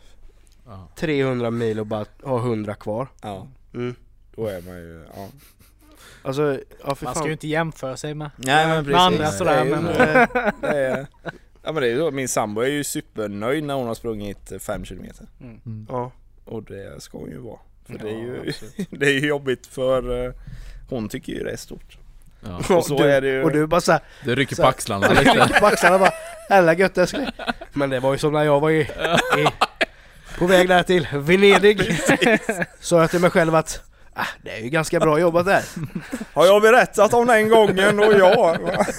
Ja. trehundra mil och bara har hundra kvar. Ja, Mm. då är man ju, ja. Alltså, ja för Man fan. ska ju inte jämföra sig med. Nej men Med andra precis. sådär, det är ju men- så. Det är, ja men det är ju så. Min sambo är ju supernöjd när hon har sprungit fem kilometer. Ja. Och det ska hon ju vara. För Ja, det är ju absolut. det är ju jobbigt för eh, hon tycker ju det är stort. Ja. Och så du, är det ju. och du bara såhär, Det rycker Så- på axlarna lite. på axlarna bara, alla gött älskling. Men det var ju som när jag var i, i på väg där till Venedig. Så jag till mig själv att ah, det är ju ganska bra jobbat där. Har jag berättat om den gången och jag?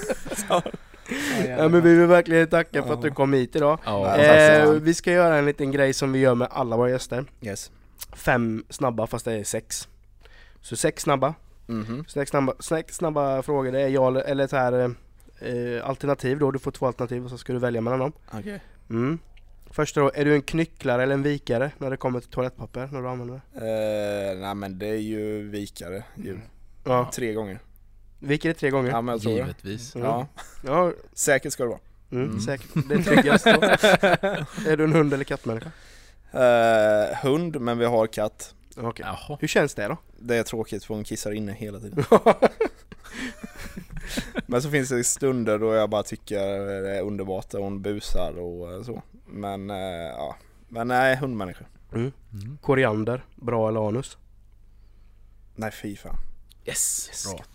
Ja, men vi vill verkligen tacka för att du kom hit idag. Ja. Eh, vi ska göra en liten grej som vi gör med alla våra gäster. Yes. Fem snabba fast det är sex. Så sex snabba. Mhm. Sex snabba, sex snabba frågor, det är ja eller- eller så här eh, alternativ då. Du får två alternativ och så ska du välja mellan dem. Okej. Mm. Första då, är du en knycklare eller en vikare när det kommer till toalettpapper när du använder det? Eh, nej men det är ju vikare ju. Ja, Tre gånger. viker det tre gånger? Ja men jag tror det. Givetvis. Mm. Ja, Ja, säkert ska det vara. mm, Mm. säkert. Det är tryggast då. Är du en hund eller kattmänniska? Eh, hund, men vi har katt. Okej. Jaha. Hur känns det då? Det är tråkigt för hon kissar inne hela tiden. Men så finns det stunder då jag bara tycker det är underbart och hon busar och eh, så. Men eh, ja, men nej, hundmänniska. Mm. Mm. Koriander, bra eller anus? Nej, fy fan. Yes. Bra.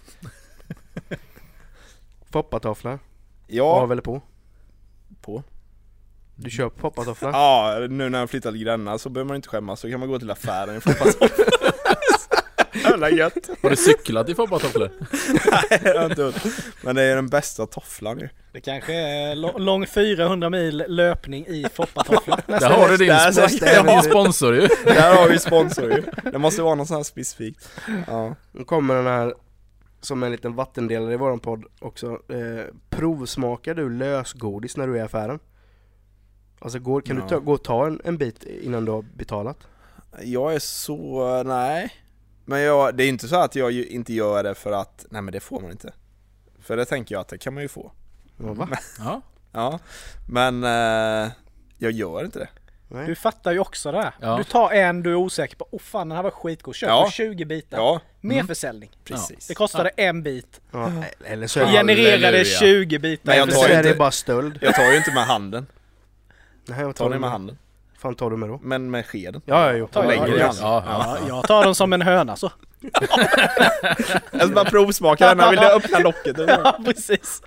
Foppatofflor, Ja, av eller på? på. Du köper foppatofflor? Ja, nu när jag flyttat till Gränna så behöver man inte skämmas. Så kan man gå till affären i foppatofflor. Jävla gött. Har du cyklat i foppatofflor? Nej, jag har inte gjort. Men det är den bästa tofflan ju. Det kanske är lo- lång fyrahundra mil löpning i foppatofflor. Där har du din, Där så- sp- din sponsor ju. Där har vi sponsor ju. Det måste vara något sånt här specifikt. Ja. Nu kommer den här som en liten vattendelare i våran podd också. Eh, provsmakar du lösgodis när du är i affären? Alltså går, kan Ja. du ta, gå och ta en, en bit innan du har betalat? Jag är så, nej. Men jag, det är inte så att jag ju inte gör det för att, nej men det får man inte. För det tänker jag att det kan man ju få. Ja, va? Ja. Ja. Men eh, jag gör inte det. Nej. Du fattar ju också det här. Ja. Du tar en du är osäker på. Åh fan, den här var skitgod. Köp Ja. för tjugo bitar. Ja, Mer Mm. försäljning. precis. Det kostade en bit. Ja, eller så är Och det, genererade Halleluja. tjugo bitar. Men jag eller tar så ju är det inte- bara stöld. Jag tar ju inte med handen. Nej, jag Tar tar ni det med handen? fan tar du med då? Men med skeden. Ja, ja, jo. Ta- Och lägger i ja, handen. Ja, ja. Ja, jag tar dem som en höna så. Jag ska bara provsmaka den, jag ville öppna locket. Ja, precis.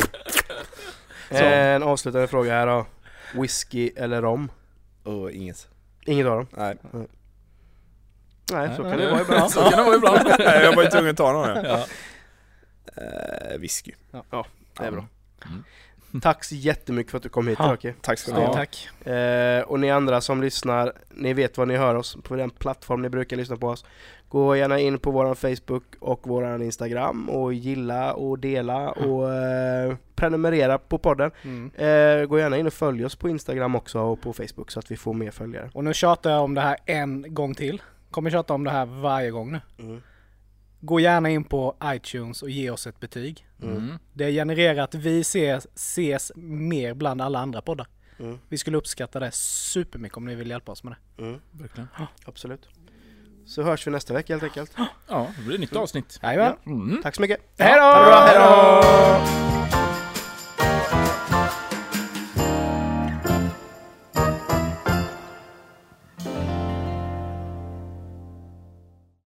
En avslutande fråga här då. Whisky eller rom? Och inget. Inget av dem? Nej. Nej, så Nej, kan nej. det vara ibland. Så kan det vara ibland. Nej, jag var ju tvungen att ta någon. Ja. Eh, whisky. Ja, det är bra. Mm. Tack så jättemycket för att du kom hit Ja. Åke. Tack ska du Ja, ha. tack. Eh, och ni andra som lyssnar, ni vet var ni hör oss på den plattform ni brukar lyssna på oss. Gå gärna in på våran Facebook och våran Instagram och gilla och dela och eh, prenumerera på podden. Mm. Eh, gå gärna in och följ oss på Instagram också och på Facebook så att vi får mer följare. Och nu tjatar jag om det här en gång till. Kommer tjata om det här varje gång nu. Mm. gå gärna in på iTunes och ge oss ett betyg. Mm. Det genererar att vi ses, ses mer bland alla andra poddar. Mm. Vi skulle uppskatta det supermycket om ni vill hjälpa oss med det. Mm. Verkligen. Absolut. Så hörs vi nästa vecka helt enkelt. Ja, det blir ett nytt avsnitt. Jajamän. Mm. Tack så mycket. Hej då! Ha det bra. Hej då!